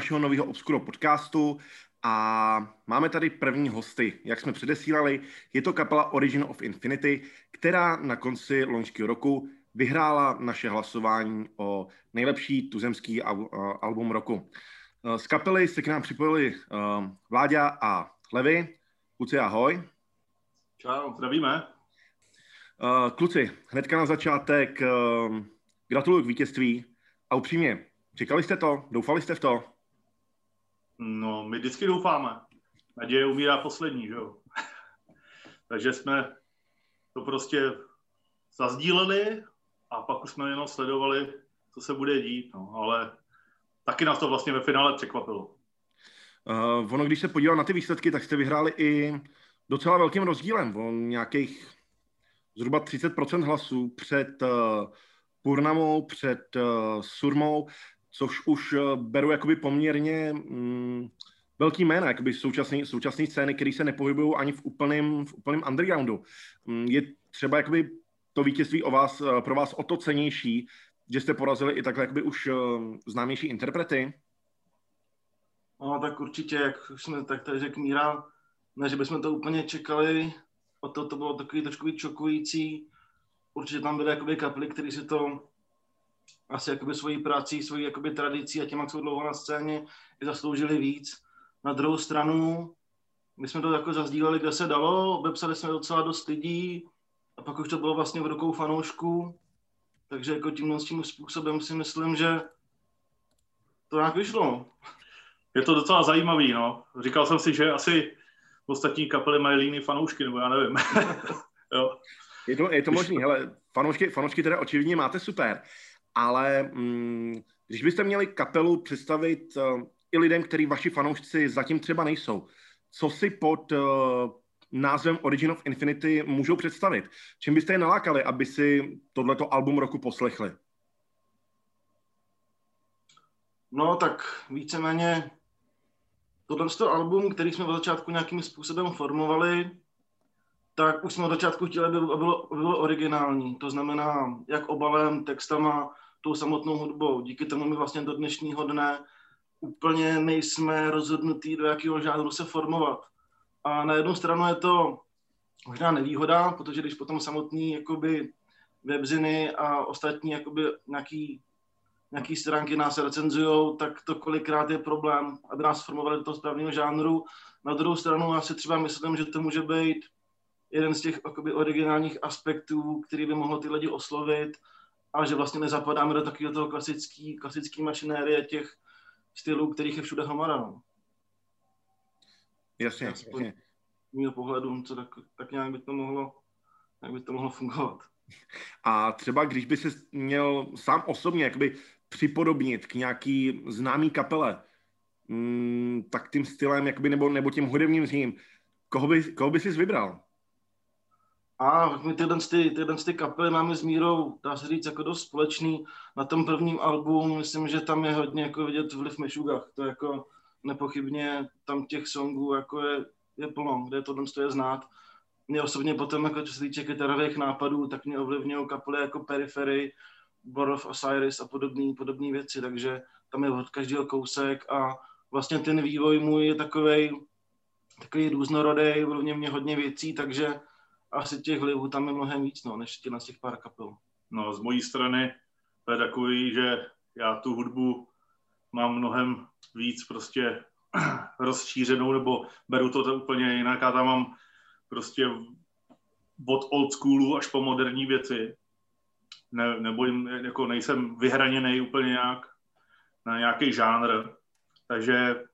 našeho nového Obscuro podcastu a máme tady první hosty. Jak jsme předesílali, je to kapela Origin of Infinity, která na konci loňského roku vyhrála naše hlasování o nejlepší tuzemský album roku. Z kapely se k nám připojili Vláďa a Levy. Kluci, ahoj. Čau, zdravíme. Kluci, hnedka na začátek gratuluju k vítězství a upřímně, čekali jste to? Doufali jste v to? No, my vždycky doufáme. Naděje umírá poslední, že jo? Takže jsme to prostě zazdíleli a pak už jsme jenom sledovali, co se bude dít, no, ale taky nás to vlastně ve finále překvapilo. Ono, když se podíval na ty výsledky, tak jste vyhráli i docela velkým rozdílem. O nějakých zhruba 30% hlasů před Purnamou, před Surmou, což už beru jakoby poměrně velký jména, jakoby současné scény, které se nepohybují ani v úplném undergroundu. Je třeba jakoby to vítězství pro vás o to cennější, že jste porazili i takhle jakoby už známější interprety? No tak určitě, jak už jsme tak tady řekl Míra, ne, že bychom to úplně čekali, o to bylo takový trošku šokující. Určitě tam byly jakoby kapely, které si to asi jakoby svojí prací, svojí jakoby tradicí a těm, jak jsou dlouho na scéně, i zasloužili víc. Na druhou stranu, my jsme to jako zazdíleli, kde se dalo, obepsali jsme docela dost lidí a pak už to bylo vlastně v rukou fanoušků, takže jako tímhle způsobem si myslím, že to nějak vyšlo. Je to docela zajímavý, no. Říkal jsem si, že asi ostatní kapely mají líny fanoušky, nebo já nevím. Jo. Je to možný, hele, fanoušky teda očividně máte super, ale když byste měli kapelu představit i lidem, který vaši fanoušci zatím třeba nejsou, co si pod názvem Origin of Infinity můžou představit? Čím byste je nalákali, aby si tohleto album roku poslechli? No tak víceméně tohle album, který jsme od začátku nějakým způsobem formovali, tak už jsme od začátku chtěli, aby bylo originální. To znamená, jak obalem, textama, tou samotnou hudbou. Díky tomu my vlastně do dnešního dne úplně nejsme rozhodnutí, do jakého žánru se formovat. A na jednu stranu je to možná nevýhoda, protože když potom samotný jakoby webziny a ostatní jakoby nějaký stránky nás recenzujou, tak to kolikrát je problém, aby nás formovali do toho správného žánru. Na druhou stranu já si třeba myslím, že to může být jeden z těch jakoby originálních aspektů, který by mohlo ty lidi oslovit a že vlastně nezapadáme do takového toho klasický mašinérie těch stylů, kterých je všude hromada. No. Jasně. Z mého pohledu, co tak nějak by to mohlo fungovat. A třeba když by se měl sám osobně jakoby připodobnit k nějaký známý kapele, tak tím stylem jakoby, nebo tím hudebním zním, koho by jsi vybral? A my tyhle kapely máme s Mírou, dá se říct, jako dost společný. Na tom prvním albu myslím, že tam je hodně jako vidět vliv Mešugach. To jako nepochybně tam těch songů jako je plno, kde tohle je znát. Mě osobně potom, jako co se týče kytarových nápadů, tak mě ovlivňují kapely jako Periphery, Board of Osiris a podobné věci, takže tam je od každého kousek a vlastně ten vývoj můj je takový různorodý, ovlivňuje mě hodně věcí, takže asi těch vlivů tam je mnohem víc, no, než z těch pár kapel. No, z mojí strany to je takový, že já tu hudbu mám mnohem víc prostě rozšířenou, nebo beru to úplně jinak. Já tam mám prostě od old schoolu až po moderní věci. Nebojím, jako nejsem vyhraněný úplně nějak na nějaký žánr. Takže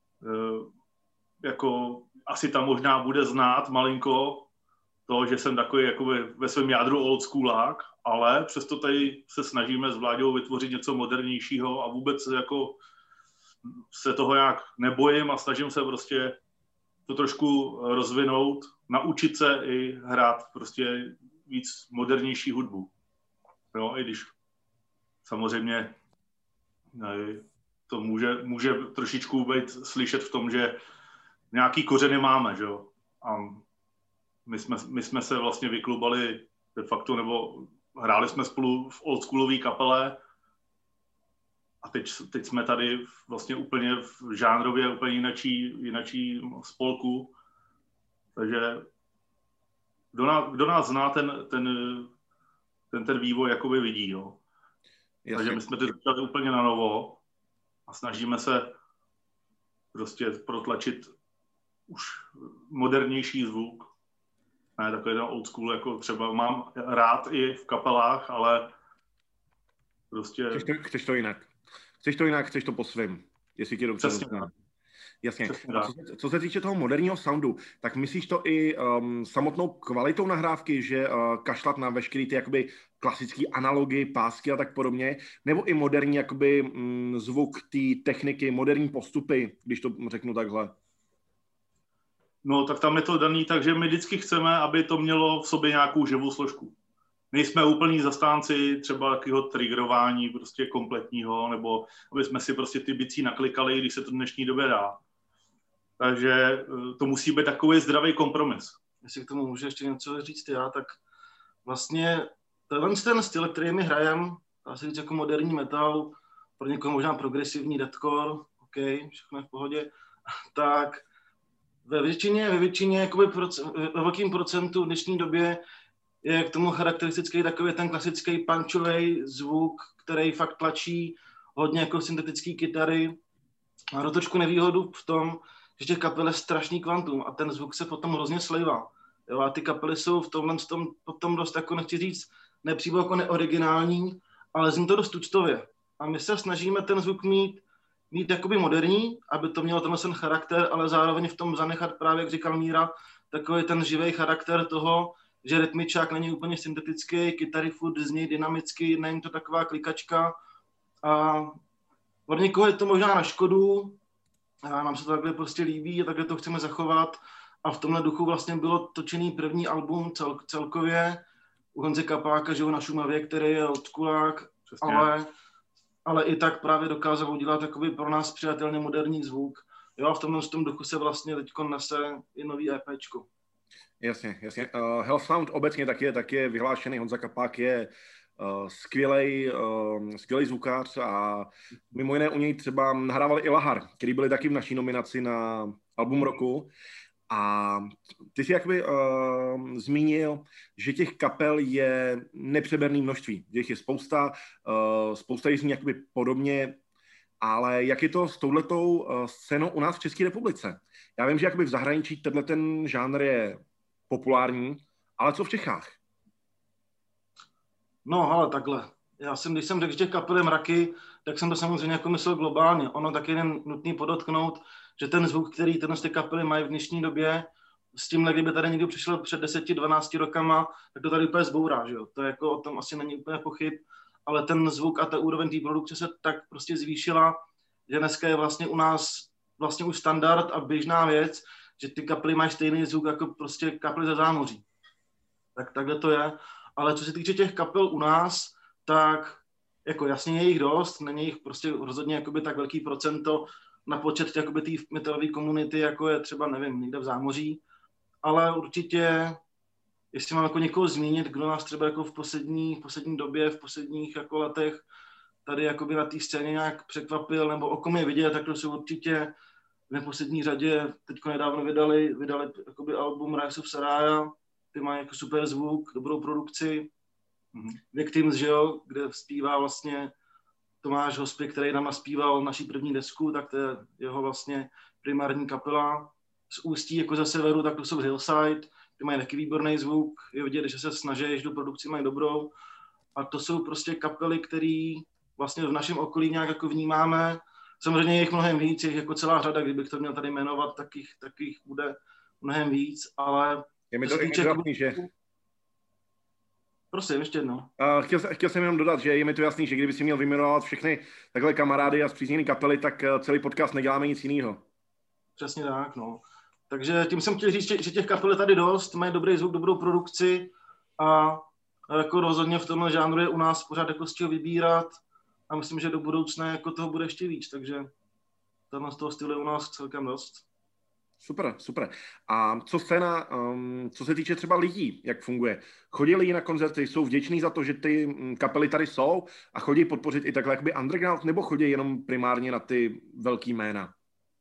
jako asi tam možná bude znát malinko to, že jsem takový jako ve svém jádru old schoolák, ale přesto tady se snažíme s Vláďou vytvořit něco modernějšího a vůbec jako se toho nějak nebojím a snažím se prostě to trošku rozvinout, naučit se i hrát prostě víc modernější hudbu. Jo, i když samozřejmě to může trošičku být slyšet v tom, že nějaký kořeny máme, že jo. A my jsme se vlastně vyklubali de facto, nebo hráli jsme spolu v oldschoolové kapele A teď jsme tady vlastně úplně v žánrově úplně jinačí spolku. Takže kdo nás zná, ten vývoj jakoby vidí. No. Takže my jsme teď začali úplně na novo a snažíme se prostě protlačit už modernější zvuk. Ne takový ten old school, jako třeba mám rád i v kapelách, ale prostě... Chceš to jinak. Chceš to po svým, jestli ti dobře zná. Jasně. Co se týče toho moderního soundu, tak myslíš to i samotnou kvalitou nahrávky, že kašlat na veškerý ty jakoby klasický analogy, pásky a tak podobně, nebo i moderní jakoby zvuk té techniky, moderní postupy, když to řeknu takhle? No, tak tam je to daný, takže my vždycky chceme, aby to mělo v sobě nějakou živou složku. Nejsme úplní zastánci třeba takového triggerování prostě kompletního, nebo aby jsme si prostě ty bicí naklikali, když se to v dnešní době dá. Takže to musí být takový zdravý kompromis. Jestli k tomu můžu ještě něco říct já, tak vlastně ten styl, který my hrajeme, dá se říct jako moderní metal, pro někoho možná progresivní deathcore, OK, všechno je v pohodě, tak ve většině jakoby ve velkém procentu v dnešní době je k tomu charakteristický takový ten klasický punchový zvuk, který fakt tlačí hodně jako syntetický kytary. Má do trošku nevýhodu v tom, že těch kapel je strašný kvantum a ten zvuk se potom hrozně slejvá. Jo, a ty kapely jsou v tomhle potom dost, jako nechci říct, nepřímo jako neoriginální, ale zní to dost tučtově. A my se snažíme ten zvuk mít jakoby moderní, aby to mělo ten charakter, ale zároveň v tom zanechat právě, jak říkal Míra, takový ten živý charakter toho, že rytmičák není úplně syntetický, kytary furt zní dynamicky, není to taková klikačka. A od někoho je to možná na škodu, a nám se to takhle prostě líbí a takhle to chceme zachovat. A v tomhle duchu vlastně bylo točený první album celkově u Honze Kapáka, že na Šumavě, který je odskulák, ale i tak právě dokázal udělat takový pro nás přijatelně moderní zvuk. Jo, a v tom duchu se vlastně teďko nese i nový EPčko. Jasně. Hellsound obecně tak je vyhlášený. Honza Kapák je skvělej zvukář a mimo jiné u něj třeba nahrával i Lahar, který byli taky v naší nominaci na album roku. A ty jsi jakoby zmínil, že těch kapel je nepřeberné množství, že jich je spousta jich zní jakoby podobně, ale jak je to s touhletou scénou u nás v České republice? Já vím, že jakoby v zahraničí tenhle ten žánr je populární, ale co v Čechách? No, ale takhle. Když jsem řekl, že těch kapel je mraky, tak jsem to samozřejmě jako myslel globálně. Ono taky je nutný podotknout, že ten zvuk, který ty kapely mají v dnešní době, s tímhle, kdyby tady někdo přišel před 10-12 rokama, tak to tady úplně zbourá, že jo. To jako o tom asi není úplně pochyb, ale ten zvuk a ta úroveň té produkce se tak prostě zvýšila, že dneska je vlastně u nás vlastně už standard a běžná věc, že ty kapely mají stejný zvuk jako prostě kapely ze zámoří. Tak takhle to je. Ale co se týče těch kapel u nás, tak jako jasně je jich dost, není jich prostě rozhodně jakoby tak velký procento na počet jakoby té metalové komunity, jako je třeba, nevím, někde v zámoří, ale určitě, jestli mám jako někoho zmínit, kdo nás třeba jako v poslední době, v posledních jako letech tady jakoby na té scéně nějak překvapil, nebo o kom je vidět, tak to jsou určitě v neposlední řadě, teďko nedávno vydali jakoby album Rise of Saraya, ty mají jako super zvuk, dobrou produkci. Victims, že jo, kde zpívá vlastně Tomáš Hospy, který nám naspíval naší první desku, tak to je jeho vlastně primární kapela. Z Ústí jako ze severu, tak to jsou Hillside, ty mají taky výborný zvuk, je vidět, že se snaží, že tu produkci mají dobrou. A to jsou prostě kapely, které vlastně v našem okolí nějak jako vnímáme. Samozřejmě je jich mnohem víc, je jako celá řada, kdybych to měl tady jmenovat, tak jich bude mnohem víc, ale... Je mi to jasný, že... Prosím, ještě jednou. Chtěl jsem jenom dodat, že je mi to jasný, že kdyby si měl vyjmenovat všechny takhle kamarády a zpřízněné kapely, tak celý podcast neděláme nic jiného. Přesně tak, no. Takže tím jsem chtěl říct, že těch kapel je tady dost, mají dobrý zvuk, dobrou produkci a jako rozhodně v tomhle žánru je u nás pořád jako z čeho vybírat a myslím, že do budoucna jako toho bude ještě víc, takže tam z toho stylu je u nás celkem dost. Super, super. A co scéna, co se týče třeba lidí, jak funguje? Chodí lidi na koncerty, jsou vděční za to, že ty kapely tady jsou a chodí podpořit i takhle jakoby underground, nebo chodí jenom primárně na ty velký jména?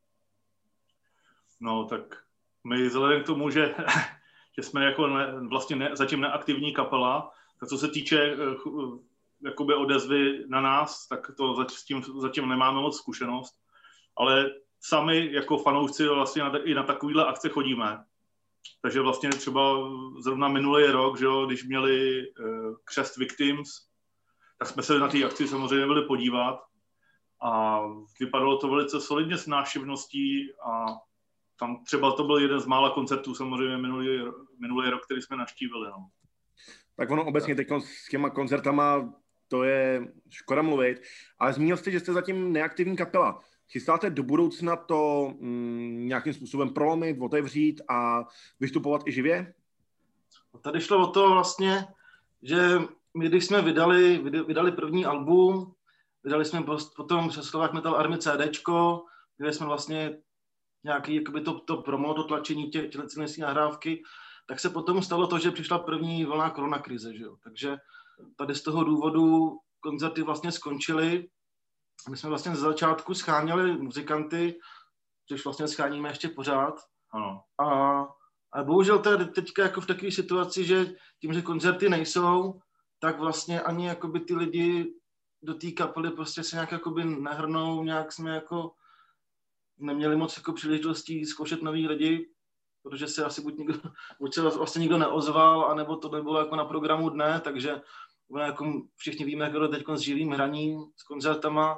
No tak my vzhledem k tomu, že jsme jako vlastně zatím neaktivní kapela, tak co se týče jakoby odezvy na nás, tak to zatím nemáme moc zkušenost, ale sami jako fanoušci vlastně i na takovýhle akce chodíme. Takže vlastně třeba zrovna minulý rok, že jo, když měli křest Victims, tak jsme se na té akci samozřejmě byli podívat a vypadalo to velice solidně s návštěvností a tam třeba to byl jeden z mála koncertů samozřejmě minulý rok, který jsme navštívili. No. Tak ono obecně teď s těma koncertama to je škoda mluvit, ale zmínil jste, že jste zatím neaktivní kapela. Chystáte do budoucna to nějakým způsobem prolomit, otevřít a vystupovat i živě? Tady šlo o to vlastně, že my když jsme vydali první album, vydali jsme potom přes Slovak Metal Army CDčko, kde jsme vlastně nějaký jakoby to promo, to tlačení těchto nahrávky, tak se potom stalo to, že přišla první vlna koronakrize, že jo. Takže tady z toho důvodu koncerty vlastně skončily. My jsme vlastně ze začátku scháněli muzikanty, což vlastně scháníme ještě pořád. Ano. A bohužel to je teďka jako v takové situaci, že tím, že koncerty nejsou, tak vlastně ani jakoby ty lidi do té kapely prostě se nějak jakoby nehrnou, nějak jsme jako neměli moc jako příležitostí zkoušet nový lidi, protože se asi buď se vlastně nikdo neozval, anebo to nebylo jako na programu dne, takže jako všichni víme, jak to teď s živým hraním, s koncertama.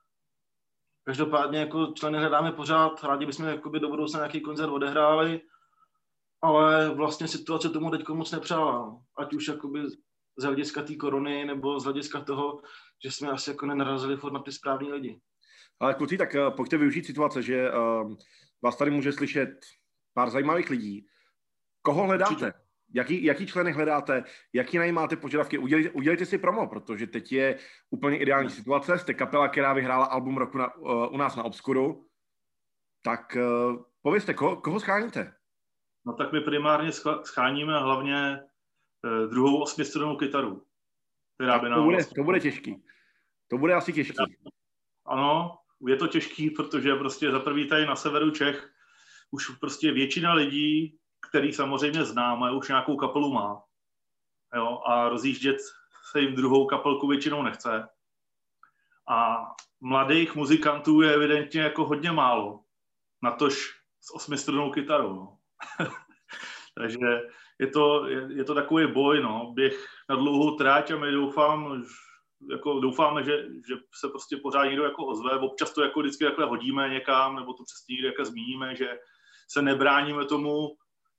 Každopádně jako členy hledáme pořád, rádi bychom jakoby do budoucna nějaký koncert odehráli, ale vlastně situace tomu teď moc nepřála. Ať už jakoby z hlediska té korony, nebo z hlediska toho, že jsme asi jako nenarazili furt na ty správný lidi. Ale kluci, tak pojďte využít situace, že vás tady může slyšet pár zajímavých lidí. Koho hledáte? Jaký členy hledáte? Jaký najímáte požadavky? Udělejte si promo, protože teď je úplně ideální situace. Jste kapela, která vyhrála album roku u nás na Obskuru. Tak povězte, koho scháníte? No tak my primárně scháníme hlavně druhou 8strunnou kytaru. Která by nám to bude těžký. To bude asi těžký. Ano, je to těžký, protože prostě za prvý tady na severu Čech už prostě většina lidí, který samozřejmě známe, už nějakou kapelu má. Jo? A rozjíždět se jim druhou kapelku většinou nechce. A mladých muzikantů je evidentně jako hodně málo. Natož s 8strunnou kytarou. No. Takže je to takový boj, no. Běh na dlouhou tráť a my doufáme, že se prostě pořád někdo jako ozve. Občas to jako vždycky takhle hodíme někam, nebo to přesně někde jako zmíníme, že se nebráníme tomu,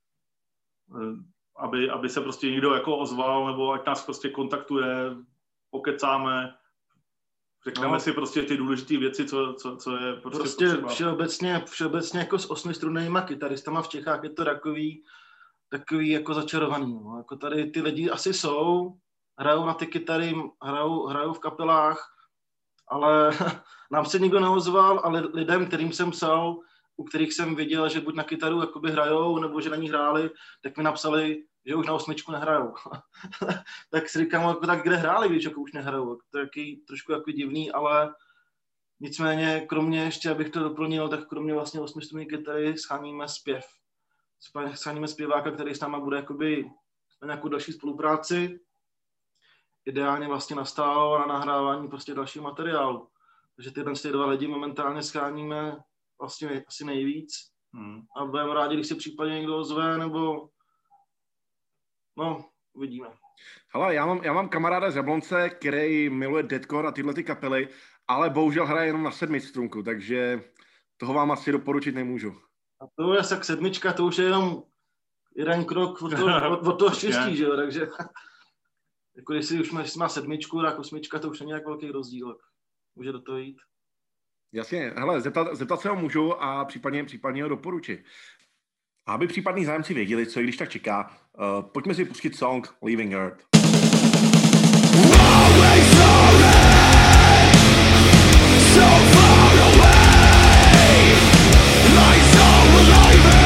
aby se prostě někdo jako ozval, nebo ať nás prostě kontaktuje, pokecáme, řekneme si prostě ty důležité věci, co je prostě všeobecně jako s 8strunnýma kytaristama v Čechách je to takový jako začarovaný. No. Jako tady ty lidi asi jsou, hrajou na ty kytary, hrajou v kapelách, ale nám se nikdo neozval, ale lidem, kterým jsem psal, u kterých jsem viděl, že buď na kytaru jakoby hrajou, nebo že na ní hráli, tak mi napsali, že už na 8 nehrajou. Tak si říkám, jako, tak kde hráli, když jako už nehrajou. To je trošku jako divný, ale nicméně, kromě ještě, abych to doplnil, tak kromě vlastně 8strunné kytary scháníme zpěv. Scháníme zpěváka, který s náma bude jakoby na nějakou další spolupráci. Ideálně vlastně nastalo na nahrávání prostě dalšího materiálu. Takže tyhle dva lidi momentálně scháníme vlastně asi nejvíc. A budeme rádi, když se případně někdo ozve, nebo no, uvidíme. Hele, já mám kamaráda z Jablonce, který miluje deathcore a tyhle ty kapely, ale bohužel hraje jenom na 7strunku, takže toho vám asi doporučit nemůžu. A to je tak 7, to už je jenom jeden krok od toho štěstí, že jo, takže jako jestli už má 7, tak 8, to už není nějak velký rozdíl, může do toho jít. Jasně, hele, zeptat se ho můžu a případně ho doporučit. A aby případní zájemci věděli, co i když tak čeká, pojďme si pustit song Leaving Earth. So far away, lies all alive.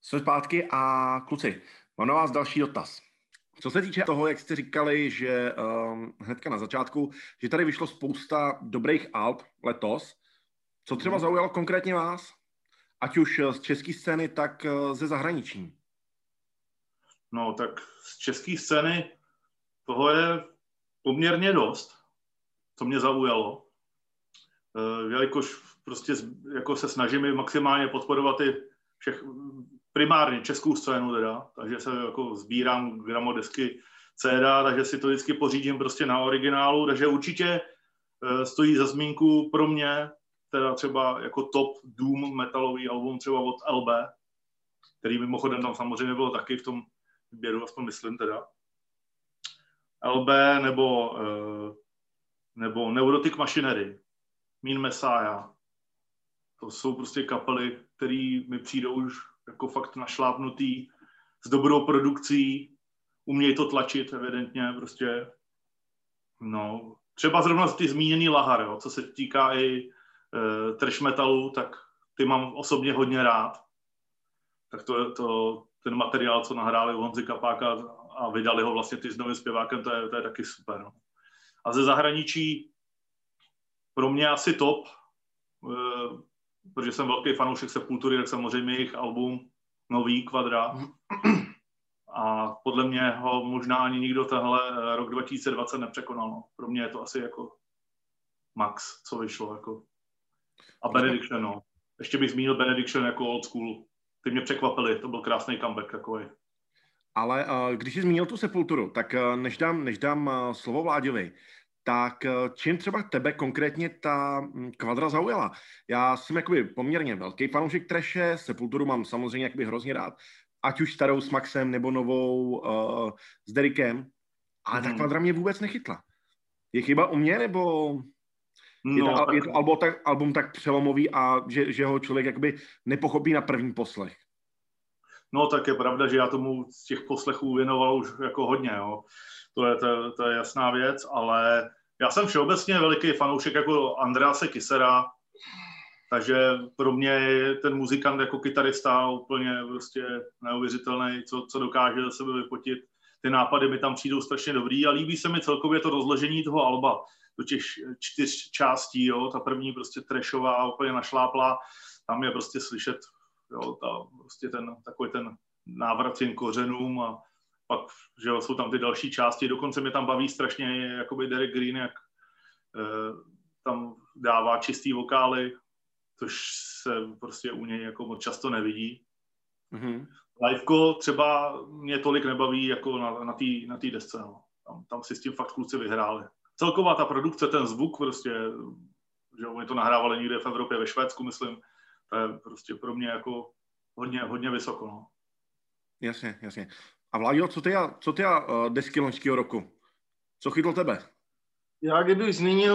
Jsme zpátky a kluci, mám na vás další dotaz. Co se týče toho, jak jste říkali, že hnedka na začátku, že tady vyšlo spousta dobrých alb letos, co třeba zaujalo konkrétně vás? Ať už z české scény, tak ze zahraniční. No tak z české scény toho je poměrně dost, co mě zaujalo. Jelikož prostě jako se snažíme maximálně podporovat i primárně českou scénu teda, takže se jako sbírám gramodesky CD, takže si to vždycky pořídím prostě na originálu, takže určitě stojí za zmínku pro mě teda třeba jako top doom metalový album třeba od LB, který mimochodem tam samozřejmě bylo taky v tom výběru, aspoň myslím teda. LB nebo Neurotic Machinery, Mean Messiah. To jsou prostě kapely, které mi přijdou už jako fakt našlápnutý, s dobrou produkcí, umějí to tlačit evidentně prostě. No, třeba zrovna ty zmíněný Lahar, jo, co se týká i trash metalu, tak ty mám osobně hodně rád. Tak ten materiál, co nahráli u Honzy Kapáka a vydali ho vlastně ty s novým zpěvákem, to je taky super. No. A ze zahraničí pro mě asi top, protože jsem velký fanoušek Sepultury, tak samozřejmě jejich album nový, Kvadra. A podle mě ho možná ani nikdo tenhle rok 2020 nepřekonal. No. Pro mě je to asi jako max, co vyšlo. Jako. A Benediction, no. Ještě bych zmínil Benediction jako old school. Ty mě překvapili, to byl krásný comeback takový. Ale když jsi zmínil tu Sepulturu, tak než dám slovo Vláďovi, tak čím třeba tebe konkrétně ta Kvadra zaujala? Já jsem jakoby poměrně velký fanoušek trashe, Sepulturu mám samozřejmě jakoby hrozně rád, ať už starou s Maxem nebo novou s Derekem, ale ta Kvadra mě vůbec nechytla. Je chyba u mě, nebo je to album tak přelomový a že ho člověk jakoby nepochopí na první poslech? No tak je pravda, že já tomu z těch poslechů věnoval už jako hodně, jo. To je jasná věc, ale já jsem všeobecně veliký fanoušek jako Andrease Kissera, takže pro mě je ten muzikant jako kytarista úplně prostě neuvěřitelný, co dokáže za sebe vypotit. Ty nápady mi tam přijdou strašně dobrý a líbí se mi celkově to rozložení toho alba do těch 4 částí, jo. Ta první prostě trashová, úplně našláplá, tam je prostě slyšet, jo, prostě takový ten návrat těm kořenům a pak, že jo, jsou tam ty další části, dokonce mě tam baví strašně jakoby Derek Green, jak tam dává čistý vokály, což se prostě u něj jako moc často nevidí. Mm-hmm. Liveko třeba mě tolik nebaví jako na té desce, no. Tam si s tím fakt kluci vyhráli. Celková ta produkce, ten zvuk prostě, že oni to nahrávali někde v Evropě, ve Švédsku, myslím, to je prostě pro mě jako hodně vysoko, no. Jasně. A Vláďo, co ty desky loňského roku? Co chytlo tebe? Já kdybych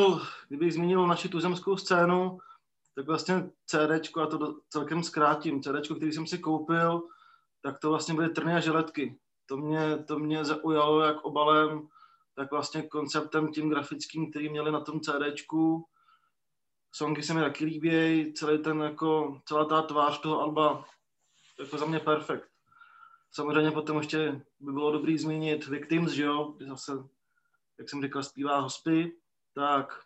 zmínil naši tuzemskou scénu, tak vlastně CDčko, a to celkem zkrátím, CDčko, který jsem si koupil, tak to vlastně byly Trny a žiletky. To mě zaujalo jak obalem, tak vlastně konceptem tím grafickým, který měli na tom CDčku. Songy se mi taky líbějí, celá ta tvář toho alba, jako za mě perfekt. Samozřejmě potom ještě by bylo dobrý zmínit Victims, že jo, kdy zase, jak jsem říkal, zpívá Hospy, tak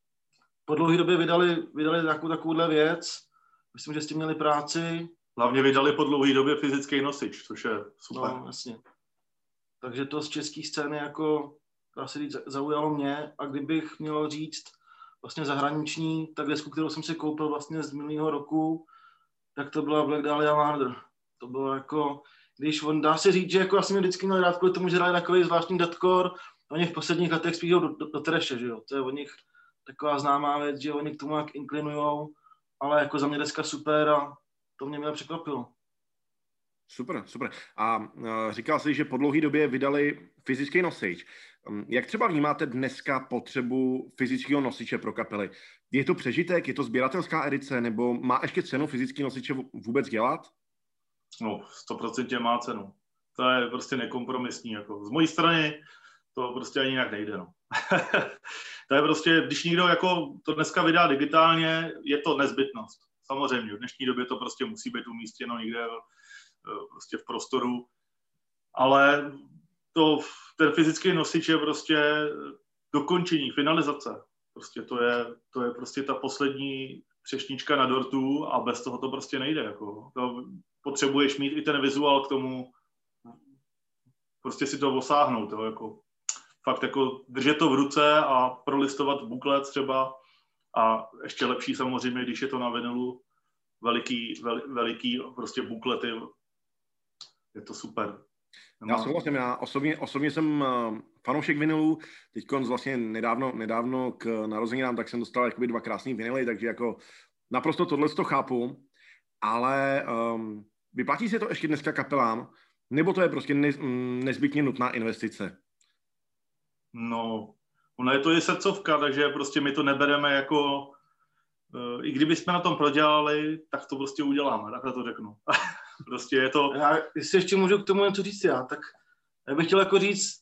po dlouhé době vydali takovouhle věc. Myslím, že s tím měli práci. Hlavně vydali po dlouhé době fyzický nosič, což je super. No, jasně. Takže to z české scény jako, dá se říct, zaujalo mě. A kdybych měl říct vlastně zahraniční, tak desku, kterou jsem si koupil vlastně z minulého roku, tak to byla Black Dahlia Murder. To bylo jako, když on dá se říct, že jako asi mě vždycky měl rád kvůli tomu, že hraje takový zvláštní deathcore, oni v posledních letech spíš do trashe, že jo. To je od nich taková známá věc, že oni k tomu jak inklinujou, ale jako za mě deska super a to mě překvapilo. Super. A říkal jsi, že po dlouhé době vydali fyzický nosič. Jak třeba vnímáte dneska potřebu fyzického nosiče pro kapely? Je to přežitek, je to sběratelská edice, nebo má ještě cenu fyzický nosiče vůbec dělat? No, 100% má cenu. To je prostě nekompromisní. Jako. Z mojí strany to prostě ani jinak nejde. No. To je prostě, když někdo jako to dneska vydá digitálně, je to nezbytnost. Samozřejmě, v dnešní době to prostě musí být umístěno někde prostě v prostoru. Ale ten fyzický nosič je prostě dokončení, finalizace. Prostě to je prostě ta poslední třešnička na dortu a bez toho to prostě nejde. Jako. Potřebuješ mít i ten vizuál k tomu, prostě si to osáhnout. Jo, jako. Fakt jako držet to v ruce a prolistovat buklet třeba a ještě lepší samozřejmě, když je to na vinylu, veliký prostě buklety. Je to super. Já souhlasím, já osobně jsem fanoušek vinylů, teď vlastně nedávno k narozeninám, tak jsem dostal jakoby 2 krásný vinily, takže jako naprosto tohle to chápu, ale vyplatí se to ještě dneska kapelám, nebo to je prostě nezbytně nutná investice? No, ono je to i srdcovka, takže prostě my to nebereme jako, i kdyby jsme na tom prodělali, tak to prostě uděláme, takhle to řeknu. Prostě je to... Já, jestli ještě můžu k tomu něco říct tak já bych chtěl jako říct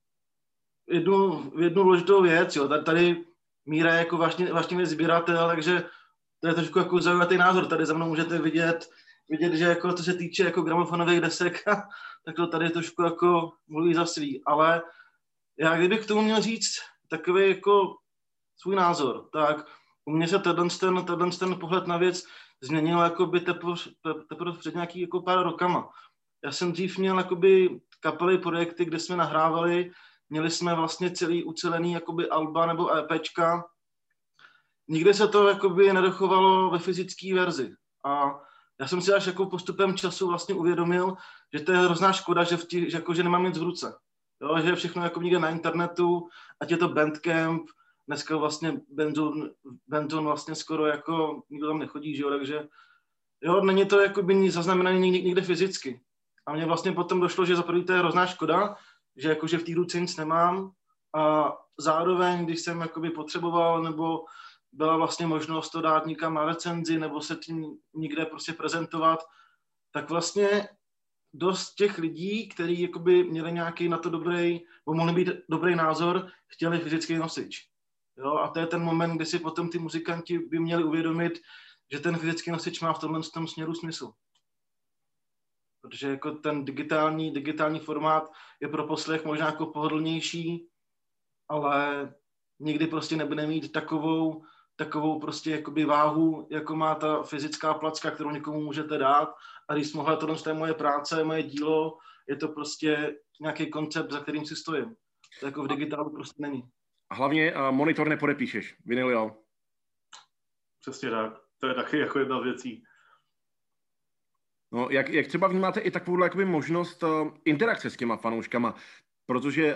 jednu důležitou věc, jo. Tady Míra je jako vášnivý sběratel, takže to je trošku jako zaujatý názor. Tady za mnou můžete vidět, že jako to se týče jako gramofonových desek, tak to tady trošku jako mluví za svý. Ale já kdybych k tomu měl říct takový jako svůj názor, tak u mě se ten pohled na věc změnil jakoby teprve před nějaký jako pár rokama. Já jsem dřív měl jakoby kapely, projekty, kde jsme nahrávali, měli jsme vlastně celý ucelený jakoby alba nebo EPčka. Nikde se to jakoby nedochovalo ve fyzické verzi. A já jsem si až jako postupem času vlastně uvědomil, že to je hrozná škoda, že nemám nic v ruce. Jo, že je všechno jako někde na internetu, ať je to Bandcamp, dneska vlastně Benton vlastně skoro jako nikdo tam nechodí, že jo, takže jo, není to jakoby zaznamenané někde fyzicky. A mně vlastně potom došlo, že za první to je hrozná škoda, že jakože v té ruce nic nemám a zároveň, když jsem jakoby potřeboval nebo byla vlastně možnost to dát někam na recenzi nebo se tím někde prostě prezentovat, tak vlastně dost těch lidí, kteří jakoby měli nějaký na to dobrý, nebo mohli být dobrý názor, chtěli fyzický nosič. Jo, a to je ten moment, kdy si potom ty muzikanti by měli uvědomit, že ten fyzický nosič má v tom směru smysl. Protože jako ten digitální formát je pro poslech možná jako pohodlnější, ale nikdy prostě nebude mít takovou prostě jakoby váhu, jako má ta fyzická placka, kterou někomu můžete dát. A když mohla tohle je moje práce, moje dílo, je to prostě nějaký koncept, za kterým si stojím. To jako v digitálu prostě není. A hlavně monitor nepodepíšeš, vinyl jo. Přesně tak. To je taky jako jedna z věcí. No, jak třeba vnímáte i takovou jakoby možnost interakce s těma fanouškama? Protože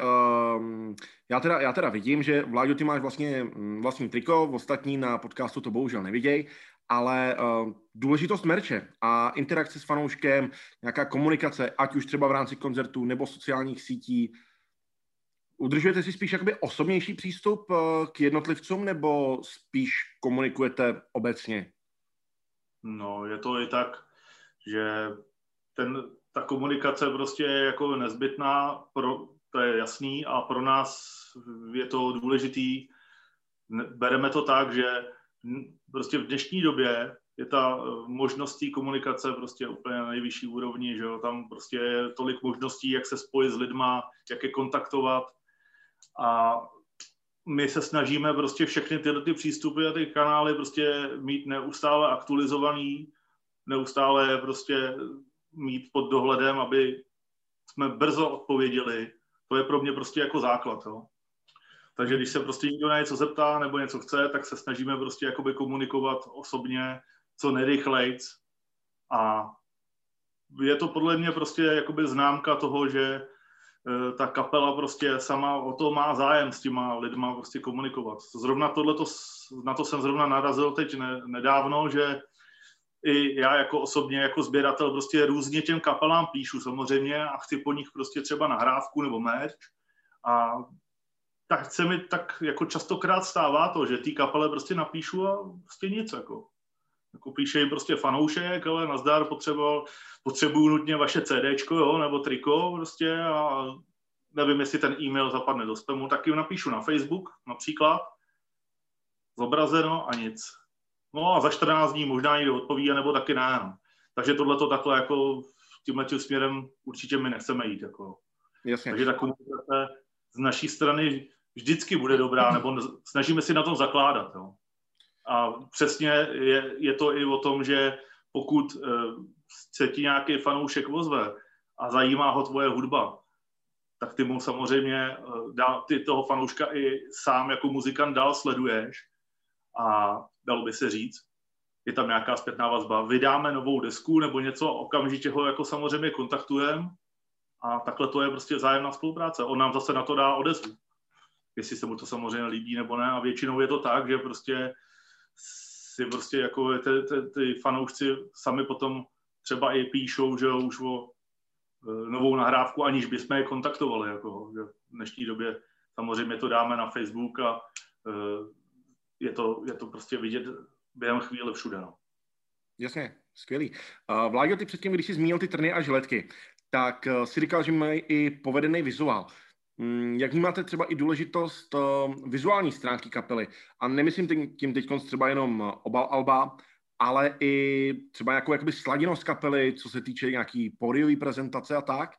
já teda vidím, že Vláďo, ty máš vlastní triko, ostatní na podcastu to bohužel nevidějí, ale důležitost merče a interakce s fanouškem, nějaká komunikace, ať už třeba v rámci koncertů nebo sociálních sítí, udržujete si spíš jakoby osobnější přístup k jednotlivcům nebo spíš komunikujete obecně? No, je to i tak, že ta komunikace prostě je jako nezbytná, to je jasný a pro nás je to důležitý. Bereme to tak, že prostě v dnešní době je ta možnost té komunikace prostě úplně na nejvyšší úrovni, že jo? Tam prostě je tolik možností, jak se spojit s lidma, jak je kontaktovat a my se snažíme prostě všechny tyhle ty přístupy a ty kanály prostě mít neustále aktualizovaný, neustále prostě mít pod dohledem, aby jsme brzo odpověděli. To je pro mě prostě jako základ. Jo. Takže když se prostě někdo na něco zeptá nebo něco chce, tak se snažíme prostě jakoby komunikovat osobně co nejrychlejc. A je to podle mě prostě jakoby známka toho, že ta kapela prostě sama o to má zájem s těma lidma prostě komunikovat. Zrovna na to jsem zrovna narazil teď nedávno, že i já jako osobně, jako sběratel prostě různě těm kapelám píšu samozřejmě a chci po nich prostě třeba nahrávku nebo merch a tak se mi tak jako častokrát stává to, že ty kapele prostě napíšu a prostě nic jako píše jim prostě fanoušek, ale nazdar potřebuju nutně vaše CDčko, jo, nebo triko prostě a nevím, jestli ten e-mail zapadne do spamu, tak jim napíšu na Facebook například, zobrazeno a nic. No a za 14 dní možná někdo odpoví, nebo taky ne. No. Takže tohle to takhle jako tímhle směrem určitě my nechceme jít. Jako. Jasně. Takže ta komunikace z naší strany vždycky bude dobrá, nebo snažíme si na tom zakládat. Jo. A přesně je to i o tom, že pokud se ti nějaký fanoušek ozve a zajímá ho tvoje hudba, tak ty mu samozřejmě ty toho fanouška i sám jako muzikant dál sleduješ a dalo by se říct, je tam nějaká zpětná vazba, vydáme novou desku nebo něco, okamžitě ho jako samozřejmě kontaktujeme a takhle to je prostě vzájemná spolupráce. On nám zase na to dá odezvu, jestli se mu to samozřejmě líbí nebo ne a většinou je to tak, že prostě si prostě jako ty fanoušci sami potom třeba i píšou, že už o novou nahrávku, aniž bychom je kontaktovali. Jako, že v dnešní době samozřejmě to dáme na Facebook a je to prostě vidět během chvíle všude. No. Jasně, skvělý. Vláďo, ty předtím, když jsi zmínil ty trny a žiletky, tak si říkal, že mají i povedený vizuál. Jak vnímáte třeba i důležitost vizuální stránky kapely? A nemyslím tím teď třeba jenom obal alba, ale i třeba nějakou jakoby sladěnost kapely, co se týče nějaký pódiový prezentace a tak?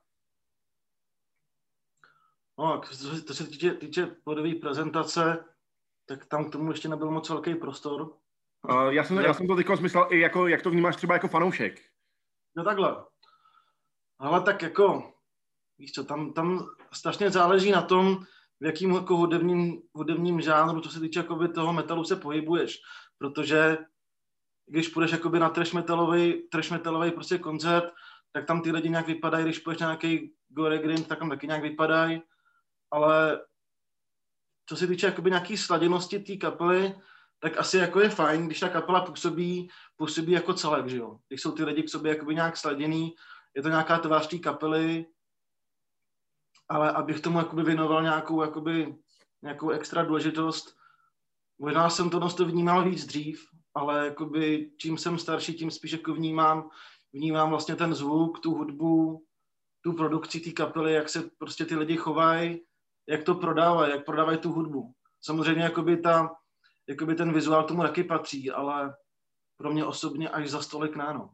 No, to se týče pódiové prezentace, tak tam k tomu ještě nebyl moc velký prostor. Já jsem to teď myslel i jako, jak to vnímáš třeba jako fanoušek. No takhle. Ale tak jako, víš co, tam strašně záleží na tom, v jakým jako hudebním žánru, co se týče jakoby toho metalu, se pohybuješ. Protože když půjdeš jakoby na trash metalový prostě koncert, tak tam ty lidi nějak vypadají, když půjdeš na nějaký Gore Grind, tak tam taky nějak vypadají. Ale co se týče jakoby nějaký sladěnosti té kapely, tak asi jako je fajn, když ta kapela působí jako celek, že jo. Když jsou ty lidi k sobě jakoby nějak sladěný, je to nějaká tvář té kapely, ale abych tomu jakoby věnoval nějakou extra důležitost, možná jsem to vnímal víc dřív, ale jakoby čím jsem starší, tím spíš jako vnímám vlastně ten zvuk, tu hudbu, tu produkci té kapely, jak se prostě ty lidi chovají, jak to prodávají, jak prodávají tu hudbu. Samozřejmě jakoby ten vizuál tomu taky patří, ale pro mě osobně až za stolik náno.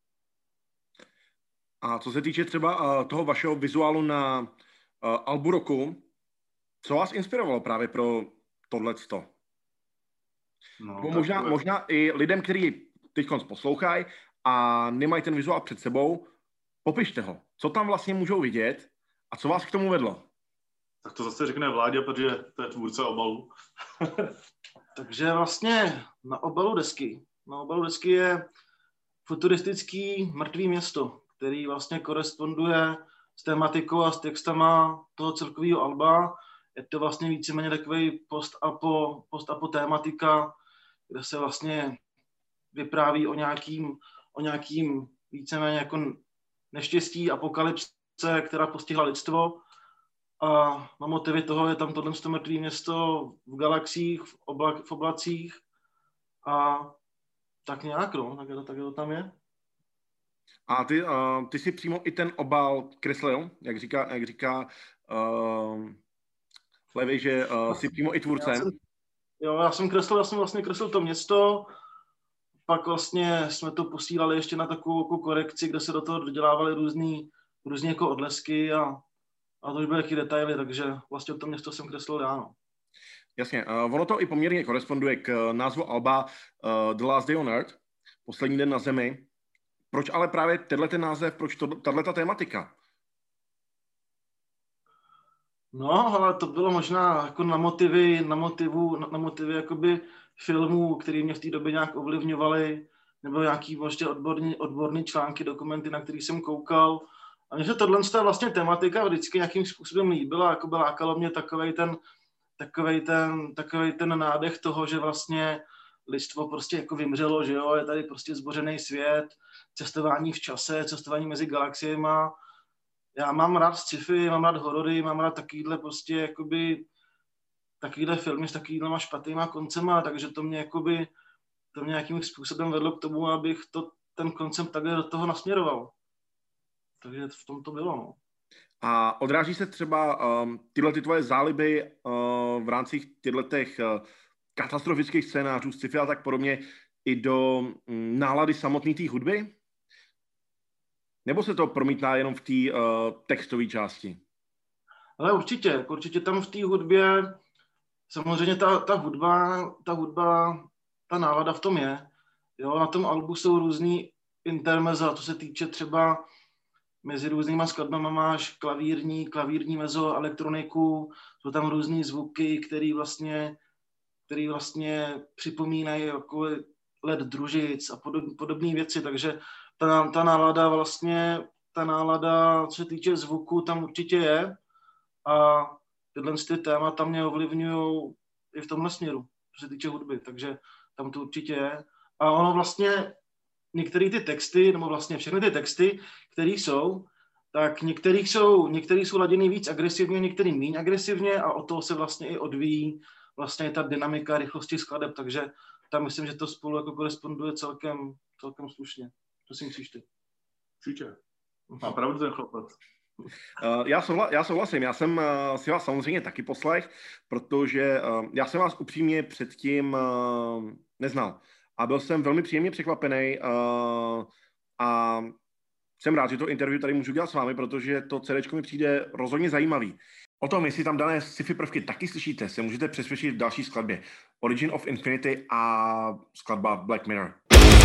A co se týče třeba toho vašeho vizuálu na albu roku, co vás inspirovalo právě pro tohleto? No, možná i lidem, kteří teď poslouchají a nemají ten vizuál před sebou, popište ho. Co tam vlastně můžou vidět a co vás k tomu vedlo? Tak to zase řekne Vláďa, protože to je tvůrce obalu. Takže vlastně na obalu desky je futuristický mrtvý město, který vlastně koresponduje s tematikou a s textama toho celkového alba. Je to vlastně víceméně takový post-apo tématika, kde se vlastně vypráví o nějakým víceméně jako neštěstí, apokalypse, která postihla lidstvo. A na motivy toho je tam tohle mrtvý město v galaxiích, v oblacích a tak nějak, no, tak to tam je. A ty si přímo i ten obal kreslil, jak říká Levy, že jsi přímo i tvůrcem. Já jsem vlastně kreslil to město, pak vlastně jsme to posílali ještě na takovou korekci, kde se do toho dodělávaly různý jako odlesky a to už byly taky detaily, takže vlastně to město jsem kreslil já, no. Jasně, ono to i poměrně koresponduje k názvu alba The Last Day on Earth, Poslední den na zemi. Proč ale právě tenhle název, proč tato tematika? No, ale to bylo možná jako na motivy jakoby filmů, které mě v té době nějak ovlivňovaly, nebo nějaký vlastně odborný články, dokumenty, na který jsem koukal. A mně se tohle vlastně tematika vždycky nějakým způsobem líbila, jako by lákalo mě takovej ten nádech toho, že vlastně lidstvo prostě jako vymřelo, že jo, je tady prostě zbořený svět, cestování v čase, cestování mezi galaxiema. Já mám rád sci-fi, mám rád horory, mám rád takovýhle prostě jakoby takovýhle filmy s takovýhlema špatnýma koncema, takže to mě nějakým způsobem vedlo k tomu, abych ten koncept takhle do toho nasměroval. Takže v tom to bylo, no. A odráží se třeba tyhle tvoje záliby v rámci těch katastrofických scénářů, sci-fi a tak podobně i do nálady samotné té hudby? Nebo se to promítná jenom v té textové části? Ale určitě tam v té hudbě, samozřejmě ta hudba, ta nálada v tom je. Jo, na tom albu jsou různý intermeza, to se týče třeba mezi různýma skladbama máš klavírní mezo, elektroniku, jsou tam různý zvuky, který vlastně připomínají jako let družic a podobné věci, takže ta nálada, co se týče zvuku, tam určitě je a tyhle témata mě ovlivňují i v tomhle směru, co se týče hudby, takže tam to určitě je. A ono vlastně některé ty texty, nebo vlastně všechny ty texty, které jsou, tak některý jsou laděný víc agresivně, některý méně agresivně a od toho se vlastně i odvíjí vlastně ta dynamika rychlosti skladeb, takže tam myslím, že to spolu jako koresponduje celkem slušně. To si myslíš ty? Určitě. Má pravdu ten chlapec. Já souhlasím, já jsem si vás samozřejmě taky poslech, protože já jsem vás upřímně předtím neznal. A byl jsem velmi příjemně překvapený a jsem rád, že to interview tady můžu dělat s vámi, protože to CDčko mi přijde rozhodně zajímavý. O tom, jestli tam dané sci-fi prvky taky slyšíte, se můžete přesvědčit v další skladbě Origin of Infinity a skladba Black Mirror.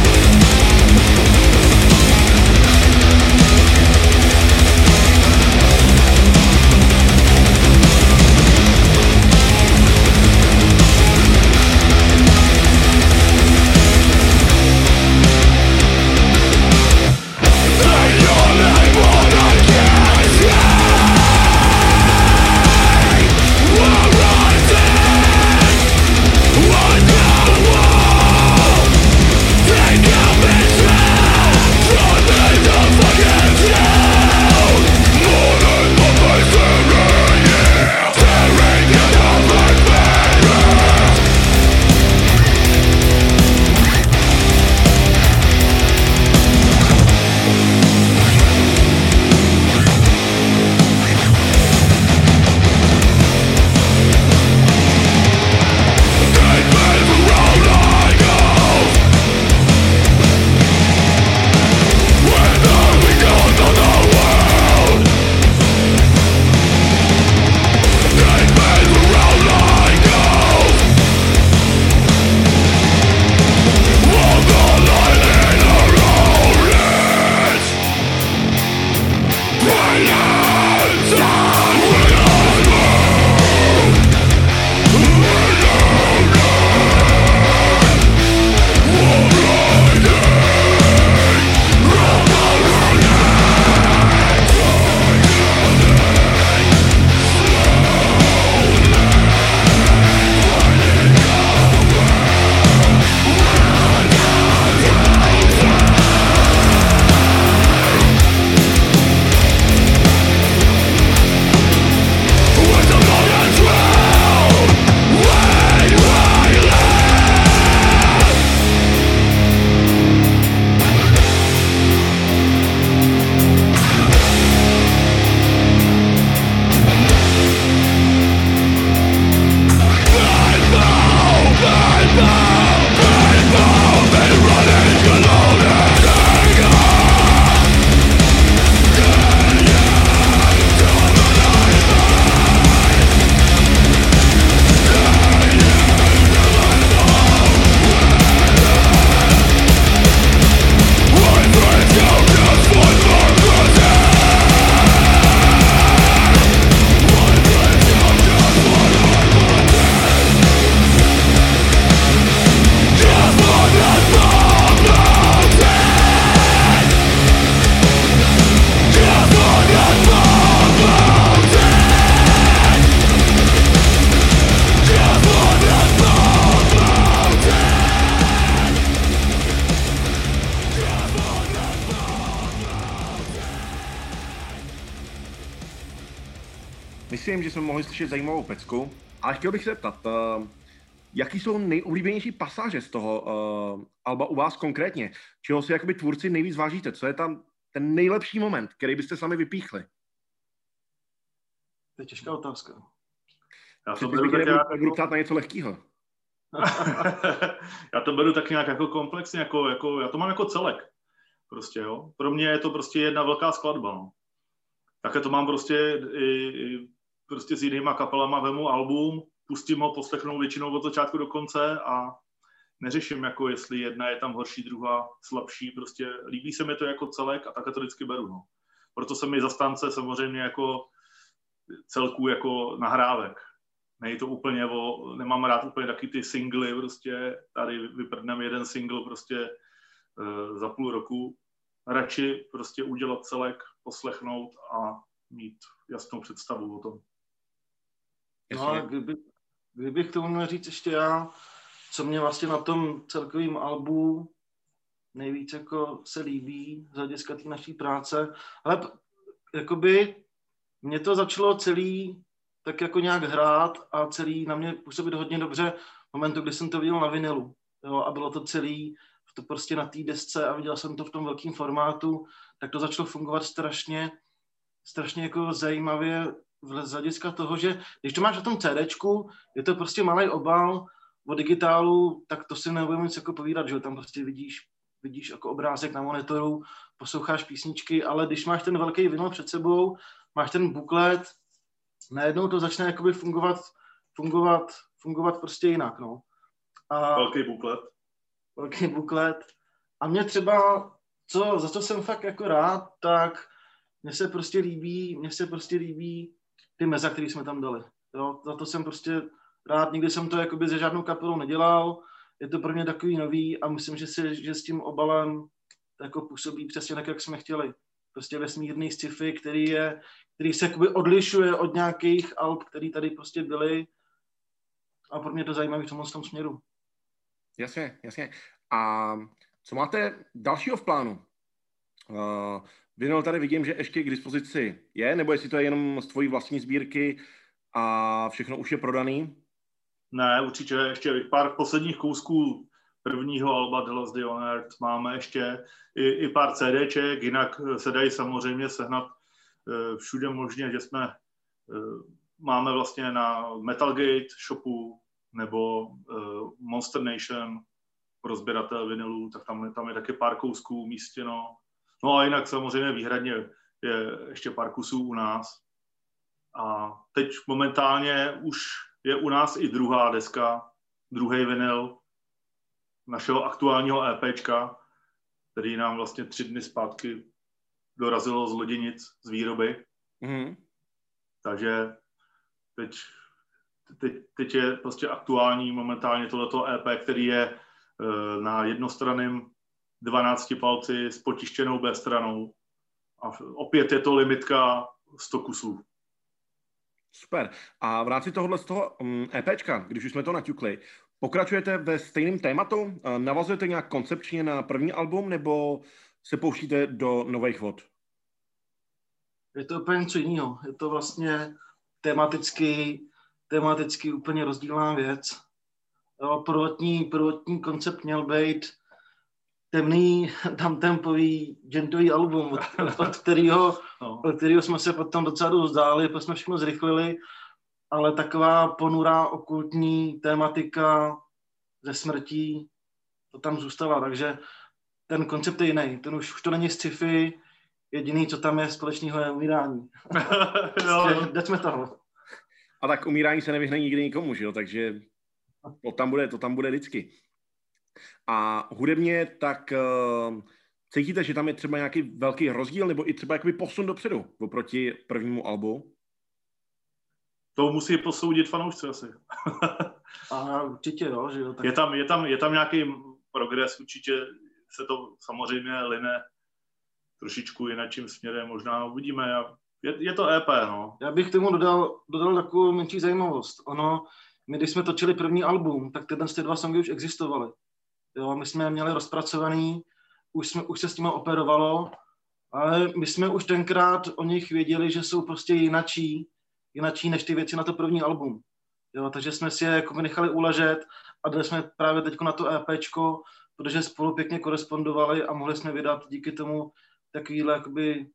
Myslím, že jsme mohli slyšet zajímavou pecku, ale chtěl bych se zeptat, jaký jsou nejoblíbenější pasáže z toho alba u vás konkrétně? Čeho si jakoby tvůrci nejvíc vážíte? Co je tam ten nejlepší moment, který byste sami vypíchli? To je těžká otázka. Já to beru tak nějak budu ptát na něco lehkýho. Já to beru tak nějak jako komplexně, jako já to mám jako celek. Prostě, jo. Pro mě je to prostě jedna velká skladba, no. Také to mám prostě prostě s jinýma kapelama, vemu album, pustím ho, poslechnu většinou od začátku do konce a neřeším, jako jestli jedna je tam horší, druhá slabší, prostě líbí se mi to jako celek a také to vždycky beru, no. Proto jsem i zastánce samozřejmě jako celků jako nahrávek. Nej to úplně nemám rád úplně taky ty singly, prostě tady vyprdnem jeden single prostě za půl roku. Radši prostě udělat celek, poslechnout a mít jasnou představu o tom. No a kdybych k tomu měl říct ještě já, co mě vlastně na tom celkovém albu nejvíc jako se líbí z hlediska té naší práce, ale jakoby mě to začalo celý tak jako nějak hrát a celý na mě působit hodně dobře v momentu, kdy jsem to viděl na vinilu. Jo, a bylo to celý to prostě na té desce a viděl jsem to v tom velkém formátu, tak to začalo fungovat strašně jako zajímavě z hlediska toho, že když to máš na tom CDčku, je to prostě malý obal o digitálu, tak to si nebudeme nic jako povídat, že tam prostě vidíš jako obrázek na monitoru, posloucháš písničky, ale když máš ten velký vinyl před sebou, máš ten buklet, najednou to začne jakoby fungovat prostě jinak, no. A velký buklet. A mě třeba, za co jsem fakt jako rád, tak mně se prostě líbí ty meza, které jsme tam dali. Jo? Za to jsem prostě rád, nikdy jsem to jakoby se žádnou kapelou nedělal, je to pro mě takový nový a myslím, že s tím obalem jako působí přesně tak, jak jsme chtěli. Prostě vesmírný sci-fi, který se jakoby odlišuje od nějakých alb, který tady prostě byly a pro mě to zajímavé v tomhle směru. Jasně. A co máte dalšího v plánu? Vinyl tady vidím, že ještě k dispozici je, nebo jestli to je jenom z tvojí vlastní sbírky a všechno už je prodaný? Ne, určitě ještě pár posledních kousků prvního alba The Last Day on Earth máme ještě i pár CDček, jinak se dají samozřejmě sehnat všude možně, že máme vlastně na Metalgate shopu nebo Monster Nation pro sběratel vinylů, tak tam je taky pár kousků umístěno. No a jinak samozřejmě výhradně je ještě pár kusů u nás. A teď momentálně už je u nás i druhá deska, druhý vinyl našeho aktuálního EPčka, který nám vlastně 3 dny zpátky dorazilo z loděnic z výroby. Mm-hmm. Takže teď je prostě aktuální momentálně tohleto EP, který je na jednostranném 12 palci s potištěnou B stranou. A opět je to limitka 100 kusů. Super. A v rámci tohohle z toho EPčka, když už jsme to naťukli, pokračujete ve stejném tématu? Navazujete nějak koncepčně na první album, nebo se pouštíte do nových vod? Je to úplně něco jiného. Je to vlastně tematicky úplně rozdílná věc. Jo, prvotní koncept měl být temný, tempový, gentový album, od kterého jsme se potom docela dost vzdálili, protože jsme všechno zrychlili, ale taková ponurá okultní tématika ze smrtí, to tam zůstala, takže ten koncept je jiný, ten už to není sci-fi, jediný, co tam je společného, je umírání. Jdeme toho. A tak umírání se nevyhne nikdy nikomu, že jo, takže to tam bude vždycky. A hudebně tak cítíte, že tam je třeba nějaký velký rozdíl nebo i třeba jakoby posun dopředu oproti prvnímu albu? To musí posoudit fanoušci asi. A určitě jo, že jo. Tak... Je tam nějaký progres, určitě se to samozřejmě line trošičku jinakým směrem, možná uvidíme. Je to EP, no. Já bych k tomu dodal takovou menší zajímavost. My když jsme točili první album, tak ty 2 songy už existovaly. Jo, my jsme je měli rozpracovaný, už se s nimi operovalo, ale my jsme už tenkrát o nich věděli, že jsou prostě jinačí než ty věci na to první album. Jo, takže jsme si je jako nechali uležet a dali jsme právě teď na to EPčko, protože spolu pěkně korespondovali a mohli jsme vydat díky tomu takovýhle jakoby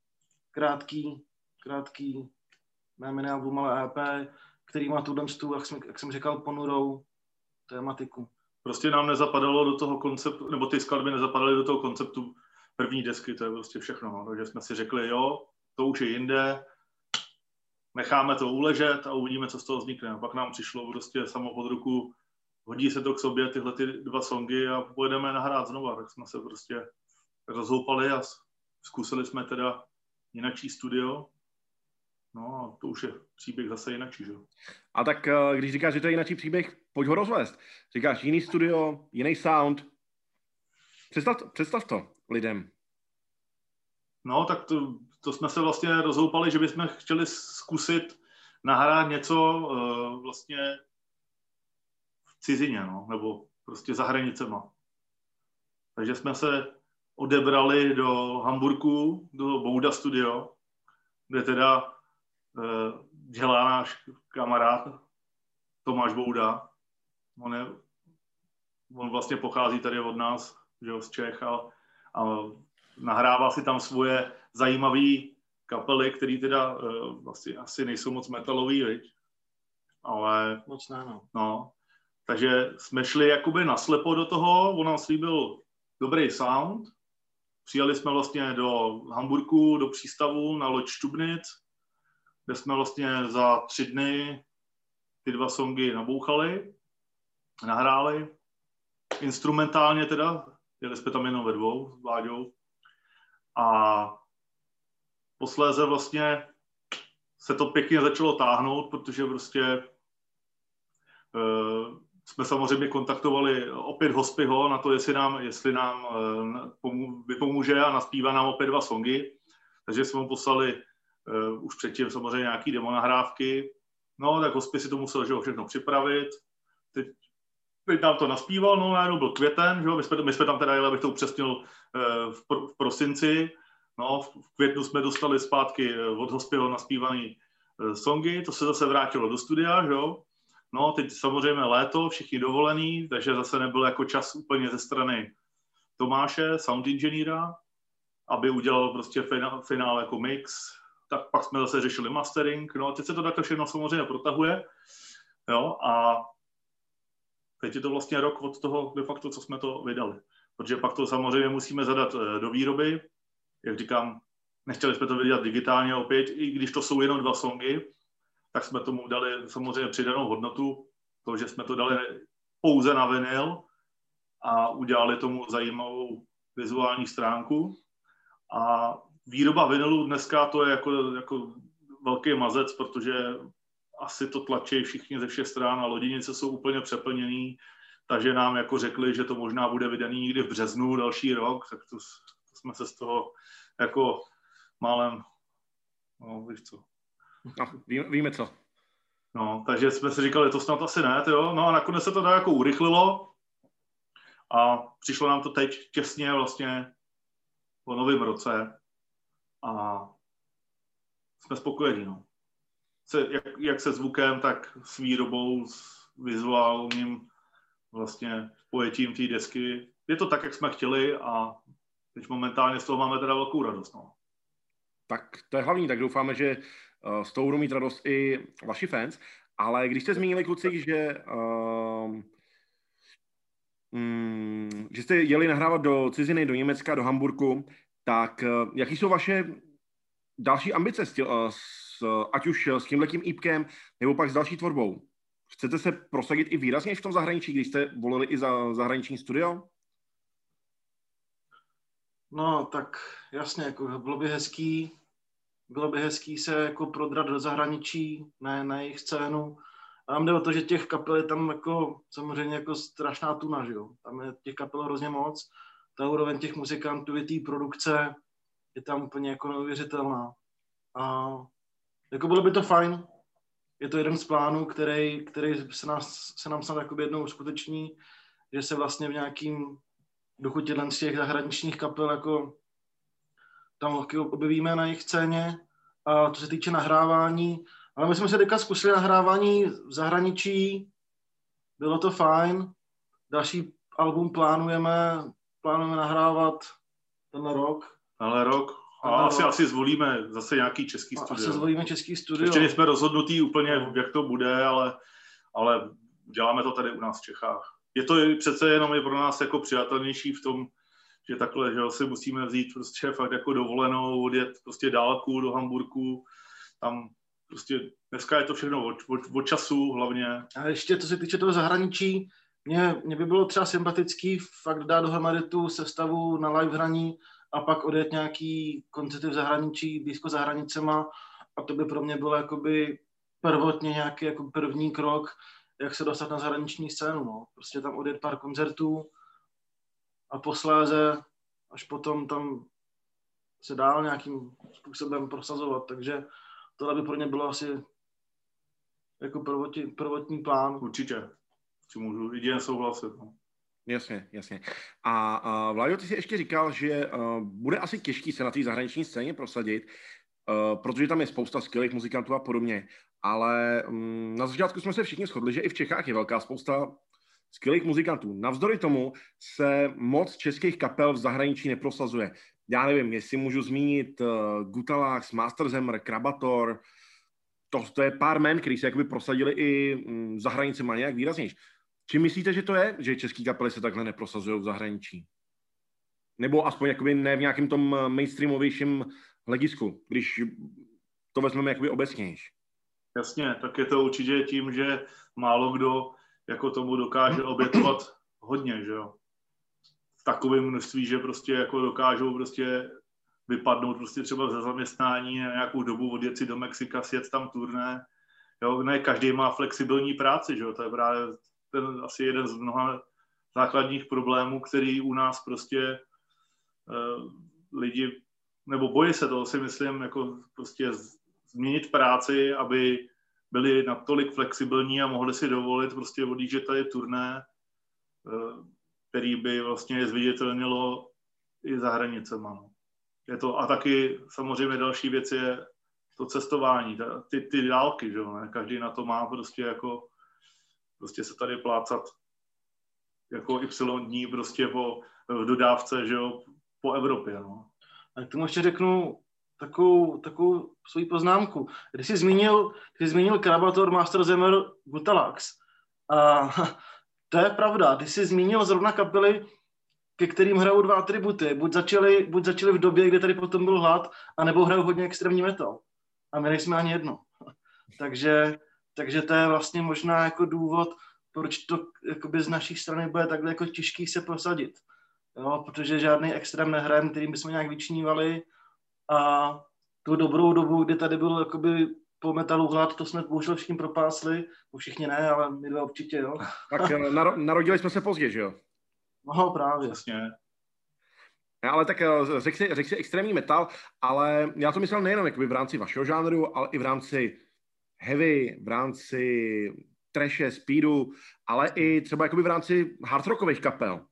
krátký ne album, ale EP, který má tu jak jsem říkal, ponurou tématiku. Prostě nám nezapadalo do toho konceptu, nebo ty skladby nezapadaly do toho konceptu první desky, to je prostě všechno. No. Takže jsme si řekli, jo, to už je jinde, necháme to uležet a uvidíme, co z toho vznikne. A pak nám přišlo prostě samo pod ruku, hodí se to k sobě, tyhle ty 2 songy a pojedeme nahrát znova. Tak jsme se prostě rozhoupali a zkusili jsme teda jinačí studio. No a to už je příběh zase jinačí, že? A tak když říkáš, že to je jinačí příběh, pojď ho rozvést. Říkáš jiný studio, jiný sound. Představ to lidem. No, tak to jsme se vlastně rozhoupali, že bychom chtěli zkusit nahrát něco vlastně v cizině, no, nebo prostě za hranicema. Takže jsme se odebrali do Hamburku, do Bouda Studio, kde teda dělá náš kamarád Tomáš Bouda. On vlastně pochází tady od nás, že z Čech a nahrává si tam svoje zajímavé kapely, které teda vlastně asi nejsou moc metalový, viď? Ale moc ne, no. No. Takže jsme šli jakoby naslepo do toho, on nám slíbil dobrý sound. Přijeli jsme vlastně do Hamburku, do přístavu na loď Štubnic, kde jsme vlastně za 3 dny ty 2 songy nabouchali, nahráli. Instrumentálně teda, jeli jsme tam jenom ve 2 s Vláďou. A posléze vlastně se to pěkně začalo táhnout, protože prostě jsme samozřejmě kontaktovali opět Hospiho na to, jestli nám vypomůže a naspívá nám opět 2 songy. Takže jsme mu poslali už předtím samozřejmě nějaký demo nahrávky. No, tak Hospi si to musel všechno připravit. Teď nám to naspíval, no najednou byl květen, že jo? My jsme tam teda jeli, abych to upřesnil, v prosinci. No, v květnu jsme dostali zpátky od Hospiho naspívaný songy, to se zase vrátilo do studia, že jo? No, teď samozřejmě léto, všichni dovolený, takže zase nebyl jako čas úplně ze strany Tomáše, sound inženýra, aby udělal prostě finál jako mix. Tak pak jsme zase řešili mastering, no a teď se to takhle všechno samozřejmě protahuje, jo, a teď je to vlastně rok od toho de facto, co jsme to vydali. Protože pak to samozřejmě musíme zadat do výroby. Jak říkám, nechtěli jsme to vydat digitálně opět, i když to jsou jenom 2 songy, tak jsme tomu dali samozřejmě přidanou hodnotu, to, že jsme to dali pouze na vinyl a udělali tomu zajímavou vizuální stránku. A výroba vinylu dneska to je jako velký mazec, protože asi to tlačí všichni ze všech stran a loděnice jsou úplně přeplněný, takže nám jako řekli, že to možná bude vydaný někdy v březnu další rok, tak to jsme se z toho jako málem, no víš co. No, víme co. No, takže jsme si říkali, to snad asi ne, jo. No a nakonec se to tak jako urychlilo a přišlo nám to teď těsně vlastně po novém roce a jsme spokojení, no. Jak se zvukem, tak s výrobou, s vizuálním vlastně pojetím té desky. Je to tak, jak jsme chtěli a teď momentálně z toho máme teda velkou radost, no. Tak to je hlavní, tak doufáme, že z toho budou mít radost i vaši fans, ale když jste zmínili, kluci, že jste jeli nahrávat do ciziny, do Německa, do Hamburku, tak jaký jsou vaše další ambice, ať už s tímhletím EPkem, nebo pak s další tvorbou? Chcete se prosadit i výrazně v tom zahraničí, když jste volili i za zahraniční studio? No, tak jasně, jako bylo by hezký se jako prodrat do zahraničí, na jejich scénu. A nám jde o to, že těch kapel je tam jako samozřejmě jako strašná tuna, že jo. Tam je těch kapel hrozně moc. Ta úroveň těch muzikantů i té produkce je tam úplně jako neuvěřitelná. A jako bylo by to fajn. Je to jeden z plánů, který se nám snad jako jednou uskuteční, že se vlastně v nějakým duchu z těch zahraničních kapel jako tam objevíme na jejich scéně. A co se týče nahrávání, ale my jsme se teďka zkusili nahrávání v zahraničí, bylo to fajn. Další album plánujeme nahrávat tenhle rok. A asi zvolíme zase nějaký český studio. Asi zvolíme český studio. Ještě nejsme rozhodnutí úplně, jak to bude, ale děláme to tady u nás v Čechách. Je to přece jenom i pro nás jako přijatelnější v tom, že takhle, že si musíme vzít prostě fakt jako dovolenou, odjet prostě dálku do Hamburku, tam prostě dneska je to všechno od času hlavně. A ještě co se týče toho zahraničí, mě by bylo třeba sympatický fakt dát dohromady tu sestavu na live hraní a pak odjet nějaký koncerty v zahraničí, blízko za hranicema a to by pro mě bylo jakoby prvotně nějaký jako první krok, jak se dostat na zahraniční scénu. No. Prostě tam odjet pár koncertů a posléze až potom tam se dál nějakým způsobem prosazovat. Takže tohle by pro mě bylo asi jako prvotní plán. Určitě. Si můžu jedině souhlasit. No. Jasně. A Vláďo, ty jsi ještě říkal, že bude asi těžký se na té zahraniční scéně prosadit, protože tam je spousta skvělých muzikantů a podobně. Ale na začátku jsme se všichni shodli, že i v Čechách je velká spousta skvělých muzikantů. Navzdory tomu se moc českých kapel v zahraničí neprosazuje. Já nevím, jestli můžu zmínit Gutalax, Masterzemmer, Krabator. To je pár men, který se jakoby prosadili i za hranicema nějak výraznější. Či myslíte, že to je, že český kapely se takhle neprosazují v zahraničí? Nebo aspoň jakoby ne v nějakém tom mainstreamovějším hledisku, když to vezmeme jakoby obecnější? Jasně, tak je to určitě tím, že málo kdo jako tomu dokáže obětovat hodně, že jo. V takovém množství, že prostě jako dokážou prostě vypadnout prostě třeba ze zaměstnání na nějakou dobu, odjet si do Mexika, sjet tam turné. Jo, ne každý má flexibilní práci, že jo. To je právě ten asi jeden z mnoha základních problémů, který u nás prostě lidi, nebo bojí se toho, si myslím, jako prostě změnit práci, aby byli natolik flexibilní a mohli si dovolit prostě odjíždět tady turné, který by vlastně zviditelnilo i za hranicema. Je to, a taky samozřejmě další věc je to cestování, ty dálky, že jo, ne? Každý na to má prostě jako prostě se tady plácat jako Y dní prostě v dodávce, že jo, po Evropě, no. A k tomu ještě řeknu takovou svou poznámku. Když jsi zmínil Krabator, Masterzemmer, Gutalax. A to je pravda. Když jsi zmínil zrovna kapely, ke kterým hrajou dva atributy. Buď začali v době, kdy tady potom byl hlad, anebo hrajou hodně extrémní metal. A my nejsme ani jedno. Takže to je vlastně možná jako důvod, proč to jakoby z naší strany bude takhle jako těžký se prosadit. Jo, protože žádný extrém nehrajeme, kterým bychom nějak vyčnívali. A tu dobrou dobu, kdy tady byl jakoby po metalu hlad, to jsme bohužel všichni propásli. Všichni ne, ale my dva určitě, jo. Tak narodili jsme se pozdě, že jo? No právě. Jasně. Ale tak řekl si extrémní metal, ale já to myslel nejenom jakoby v rámci vašeho žánru, ale i v rámci heavy, v rámci trashe, speedu, ale i třeba jakoby v rámci hard rockových kapel.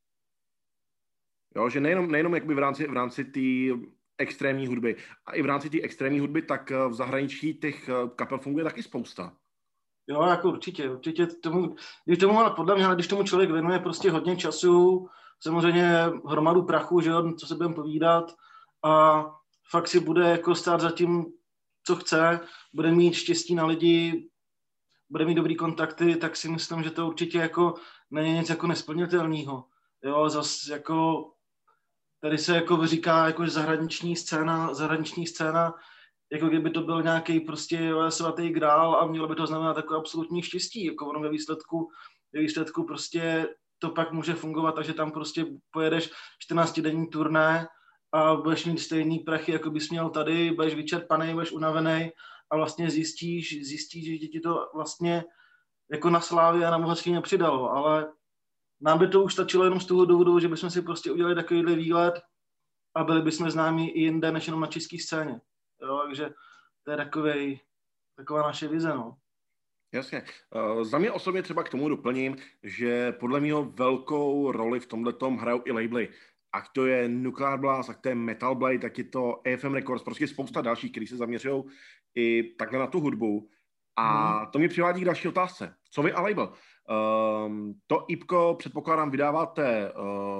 Jo, že nejenom jakoby v rámci té extrémní hudby. A i v rámci té extrémní hudby, tak v zahraničí těch kapel funguje taky spousta. Jo, jako určitě tomu, podle mě, když tomu člověk věnuje prostě hodně času, samozřejmě hromadu prachu, že jo, co se budeme povídat a fakt si bude jako stát za tím, co chce, bude mít štěstí na lidi, bude mít dobrý kontakty, tak si myslím, že to určitě jako není nic jako nesplnitelného. Jo, zase jako tady se jako říká jako zahraniční scéna, jako kdyby to byl nějaký prostě svatý grál a mělo by to znamenat takové absolutní štěstí, jako ono ve výsledku prostě to pak může fungovat, takže tam prostě pojedeš 14denní turné a budeš mít stejný prachy, jako bys měl tady, budeš vyčerpaný, budeš unavený a vlastně zjistíš, že ti to vlastně jako na slávě a na bohatství nepřidalo, ale nám by to už stačilo jenom z toho důvodu, že bychom si prostě udělali takovýhle výlet a byli bychom známí i jinde, než jenom na české scéně. Jo, takže to je taková naše vize, no. Jasně. Za mě osobně třeba k tomu doplním, že podle mého velkou roli v tomhletom hrajou i labely. Ať to je Nuclear Blast, ať to je Metal Blade, tak je to AFM Records, prostě spousta dalších, kteří se zaměřují i takhle na tu hudbu. A to mě přivádí k další otázce. Co vy a label? To IPko, předpokládám, vydáváte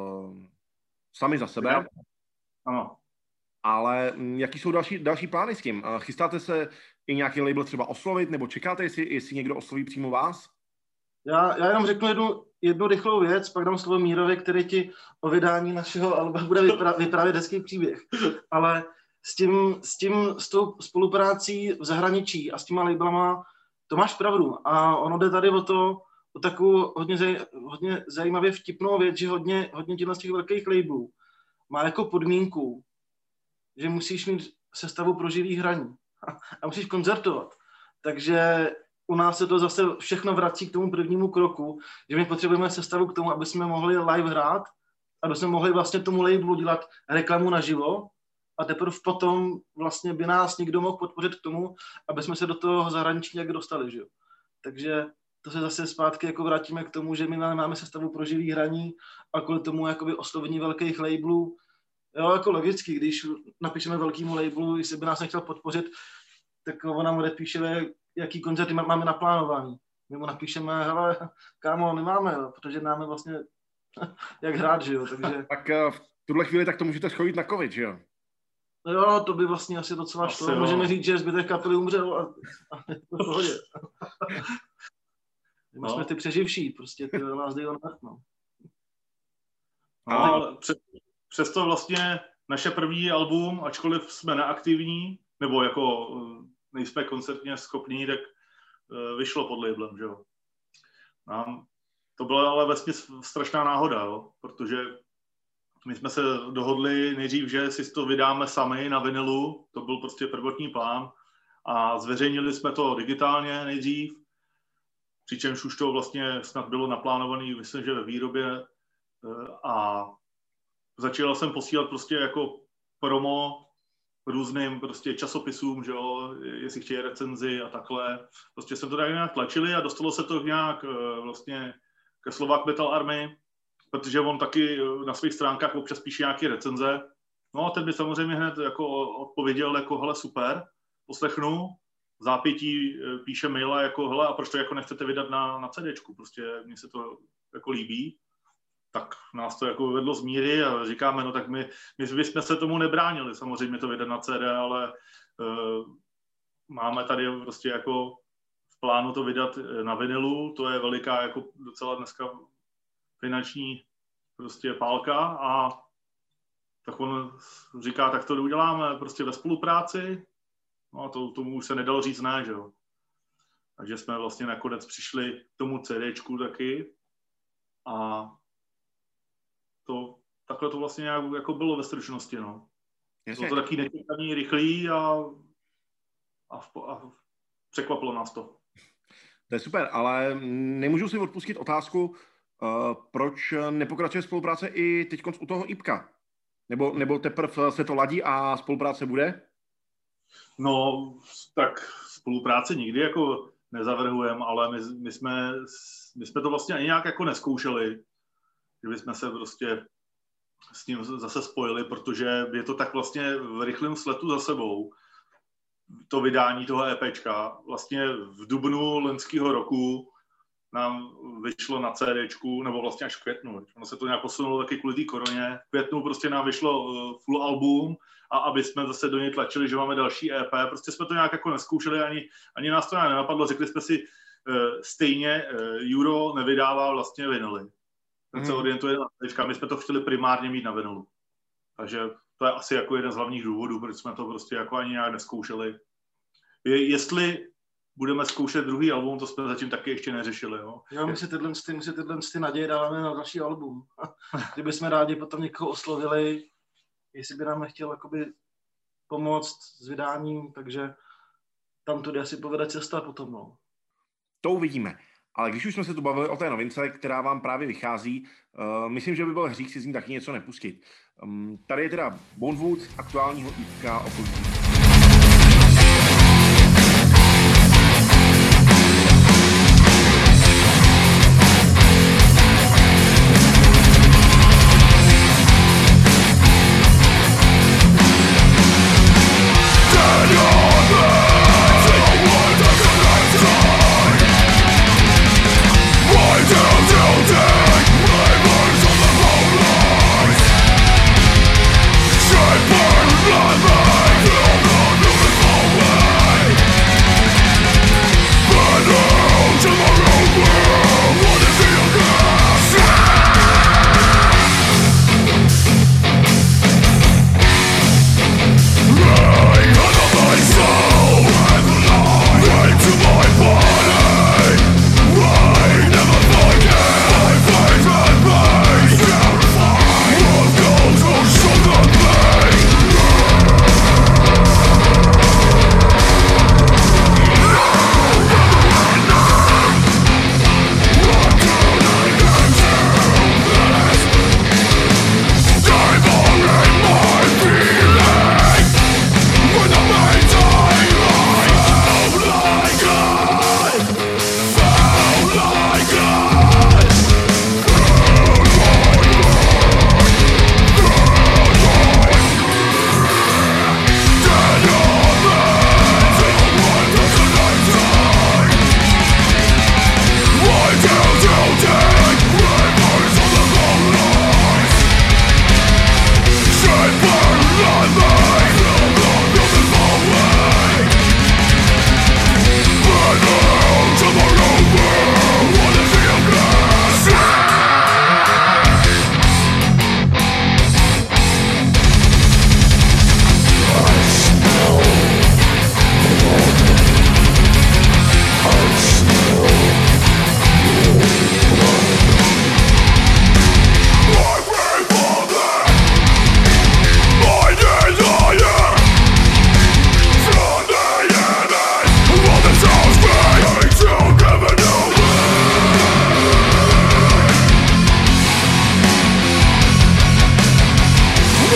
sami za sebe. Ano. Ale jaký jsou další plány s tím? Chystáte se i nějaký label třeba oslovit, nebo čekáte, jestli někdo osloví přímo vás? Já jenom řeknu jednu rychlou věc, pak dám slovo Mírovi, který ti o vydání našeho alba bude vyprávět hezký příběh. Ale s tou spoluprácí v zahraničí a s těma labelama, to máš pravdu. A ono jde tady o takovou hodně zajímavě vtipnou věc, že hodně z těch velkých labelů má jako podmínku, že musíš mít sestavu pro živý hraní a musíš koncertovat. Takže u nás se to zase všechno vrací k tomu prvnímu kroku, že my potřebujeme sestavu k tomu, aby jsme mohli live hrát, aby jsme mohli vlastně tomu labelu dělat reklamu naživo a teprve potom vlastně by nás někdo mohl podpořit k tomu, aby jsme se do toho zahraničí nějak dostali, že jo. Takže to se zase zpátky jako vrátíme k tomu, že my máme sestavu pro živý hraní a kvůli tomu jakoby oslovení velkých labelů. Jo, jako logicky, když napíšeme velkýmu labelu, jestli by nás nechtěl podpořit, tak on nám odepíše, jaký koncerty máme naplánovaný. My mu napíšeme, hele, kámo, nemáme, protože máme vlastně jak hrát, že jo, takže... Tak v tuhle chvíli tak to můžete schodit na covid, že jo? Jo, to by vlastně asi docela šlo. Můžeme říct, že zbytek kapely umřel a to v pohodě. My jsme ty přeživší, prostě ty last day on earth, no. Ale přesto vlastně naše první album, ačkoliv jsme neaktivní, nebo jako nejsme koncertně schopní, tak vyšlo pod labelem, že jo. To byla ale vesměs strašná náhoda, jo, protože my jsme se dohodli nejdřív, že si to vydáme sami na vinilu, to byl prostě prvotní plán a zveřejnili jsme to digitálně nejdřív, přičemž už to vlastně snad bylo naplánované, myslím, že ve výrobě a začal jsem posílat prostě jako promo různým prostě časopisům, že jo, jestli chtějí recenzi a takhle. Prostě jsme to tak nějak tlačili a dostalo se to nějak vlastně ke Slovak Metal Army, protože on taky na svých stránkách občas píše nějaké recenze. No a ten by samozřejmě hned jako odpověděl jako hele super, poslechnu, v zápětí píše maila jako hele a proč to jako nechcete vydat na CDčku, prostě mně se to jako líbí. Tak nás to jako vedlo z míry a říkáme, no tak my bychom se tomu nebránili, samozřejmě to vydat na CD, ale máme tady prostě jako v plánu to vydat na vinilu, to je veliká jako docela dneska finanční prostě pálka a tak on říká, tak to uděláme prostě ve spolupráci, no a tomu už se nedalo říct ne, že jo. Takže jsme vlastně nakonec přišli k tomu CDčku taky a takhle to vlastně nějak jako bylo ve stručnosti, no. Bylo to taky nečekaný, rychlý a překvapilo nás to. To je super, ale nemůžu si odpustit otázku, proč nepokračuje spolupráce i teď u toho IPka? Nebo teprve se to ladí a spolupráce bude? No, tak spolupráci nikdy jako nezavrhujeme, ale my jsme to vlastně ani nějak jako neskoušeli, že bychom se prostě s tím zase spojili, protože je to tak vlastně v rychlém sletu za sebou. To vydání toho EPčka. Vlastně v dubnu loňského roku nám vyšlo na CDčku, nebo vlastně až v květnu. Ono se to nějak posunulo taky kvůli té koroně. V květnu prostě nám vyšlo full album a aby jsme zase do něj tlačili, že máme další EP, prostě jsme to nějak jako neskoušeli, ani nás to nějak nenapadlo. Řekli jsme si, stejně Euro nevydává vlastně vinily. Ten se orientuje na CDčka, my jsme to chtěli primárně mít na vinilu. Takže to je asi jako jeden z hlavních důvodů, proč jsme to prostě jako ani nějak neskoušeli. Jestli budeme zkoušet druhý album, to jsme zatím taky ještě neřešili. Jo? Jo, my si tyhle naděje dáváme na další album. Kdybychom rádi potom někoho oslovili, jestli by nám chtěl jakoby pomoct s vydáním, takže tam tudy asi povede cesta potom. No. To uvidíme. Ale když už jsme se tu bavili o té novince, která vám právě vychází, myslím, že by byl hřích si z ní taky něco nepustit. Tady je teda Bonewood z aktuálního IPka Okolí. Blood,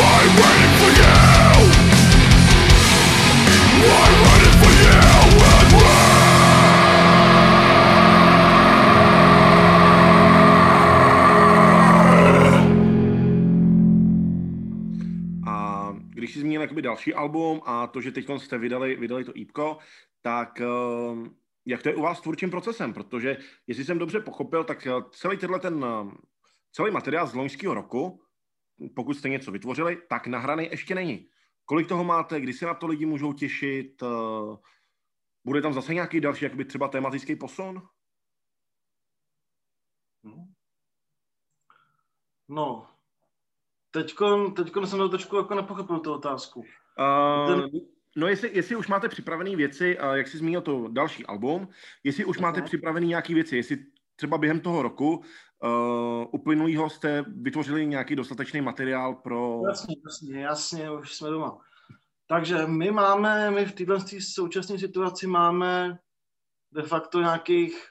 Když si zmínil jakoby další album a to, že teď jste vydali to EPko, tak jak to je u vás s tvůrčím procesem? Protože, jestli jsem dobře pochopil, tak celý materiál z loňského roku, pokud jste něco vytvořili, tak nahraný ještě není. Kolik toho máte, kdy se na to lidi můžou těšit? Bude tam zase nějaký další, jakoby třeba tematický posun? No, teďko jsem to trošku jako nepochopil tu otázku. No jestli už máte připravené věci, jak jsi zmínil to další album, jestli už máte připravené nějaké věci, jestli třeba během toho roku uplynulýho jste vytvořili nějaký dostatečný materiál pro... Jasně, už jsme doma. Takže my v této současné situaci máme de facto nějakých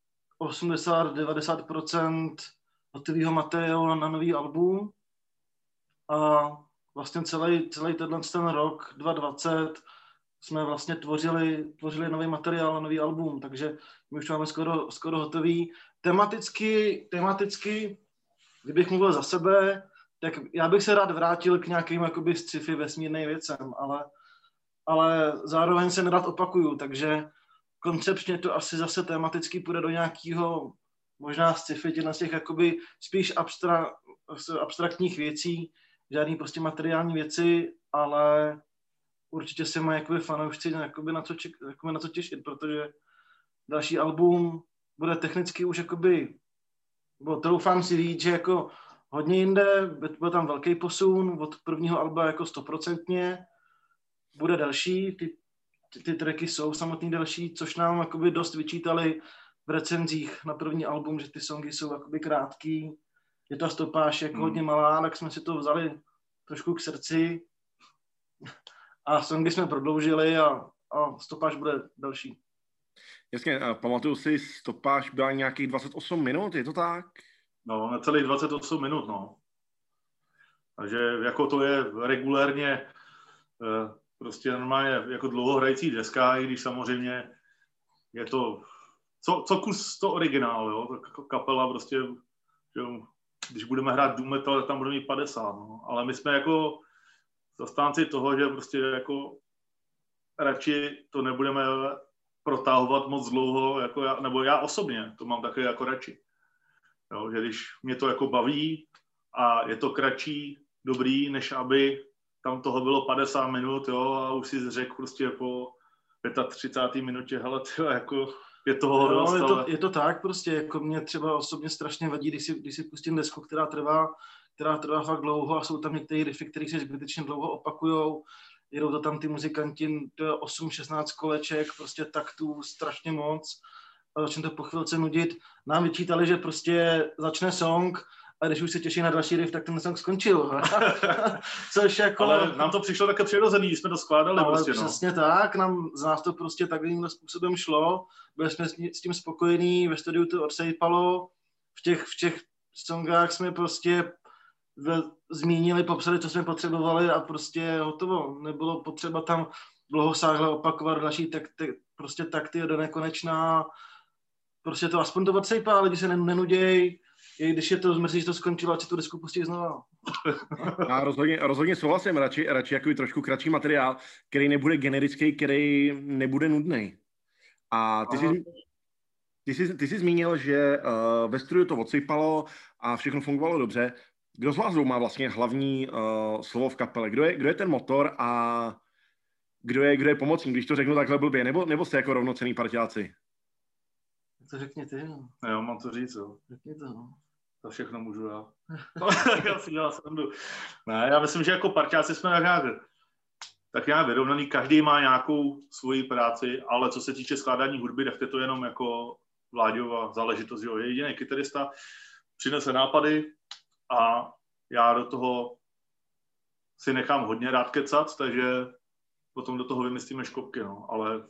80-90% hotového materiálu na nový album a vlastně celý ten rok 2020 jsme vlastně tvořili nový materiál na nový album, takže my už máme skoro hotový. Tematicky, kdybych mluvil za sebe, tak já bych se rád vrátil k nějakým jakoby sci-fi vesmírným věcem, ale zároveň se nerad opakuju, takže koncepčně to asi zase tematicky půjde do nějakého možná sci-fi, těch jakoby spíš abstraktních věcí, žádný prostě materiální věci, ale určitě se mají jakoby fanoušci jakoby na co těšit, protože další album bude technicky už jakoby, troufám si říct, že jako hodně jinde, byl tam velký posun, od prvního alba jako 100%, bude delší, ty tracky jsou samotný delší, což nám jakoby dost vyčítali v recenzích na první album, že ty songy jsou jakoby krátký, je ta stopáž jako hodně malá, tak jsme si to vzali trošku k srdci a songy jsme prodloužili a stopáž bude delší. Jasně, pamatuju si, stopáž byla nějakých 28 minut, je to tak? No, necelých 28 minut, no. Takže jako to je regulérně prostě normálně jako dlouhohrající deska, i když samozřejmě je to co kus to originál, jo, tak kapela prostě, jo, když budeme hrát doom metal, tam budeme mít 50, no. Ale my jsme jako zastánci toho, že prostě jako radši to nebudeme protahovat moc dlouho, jako já osobně to mám také jako radši. Jo, že když mě to jako baví a je to kratší, dobrý, než aby tam toho bylo 50 minut, jo, a už si řekl prostě po 35. minutě, hele, tyjo, jako je toho dost, ale... je to tak prostě, jako mě třeba osobně strašně vadí, když si pustím desku, která trvá fakt dlouho a jsou tam některé riffy, které se zbytečně dlouho opakujou, jedou to tam ty muzikanti, to je 8-16 koleček, prostě taktů strašně moc a začne to po chvilce nudit. Nám vyčítali, že prostě začne song a když už se těší na další riff, tak ten song skončil. Což jako... Ale nám to přišlo také přirozený, když jsme to skládali. Ale prostě, přesně tak, z nás to prostě takovým způsobem šlo, byli jsme s tím spokojení, ve studiu to odsejpalo, v těch songách jsme prostě zmínili, popsali, co jsme potřebovali a prostě hotovo. Nebylo potřeba tam dlouhosáhle opakovat další prostě takty do nekonečná. Prostě to aspoň to odsejpá, lidi se nenudějí, i když je to zmrzí, že to skončilo, ať si tu disku pustí znova. A rozhodně souhlasím, radši jako trošku kratší materiál, který nebude generický, který nebude nudný. A ty jsi zmínil, že ve studiu to odsejpalo a všechno fungovalo dobře. Kdo z vás má vlastně hlavní slovo v kapele? Kdo je ten motor a kdo je pomocník, když to řeknu takhle blbě? Nebo jste jako rovnocenní parťáci? To řekni ty, no. Jo, mám to říct, jo. Řekni to, no. To všechno můžu já. Já si dělám srandu. Ne, já myslím, že jako parťáci jsme tak nějak vyrovnaný, každý má nějakou svoji práci, ale co se týče skládání hudby, tak je to jenom jako Vláďova záležitost, jo. Jediný kytarista přinese nápady a já do toho si nechám hodně rád kecat, takže potom do toho vymyslíme škopky, no, ale...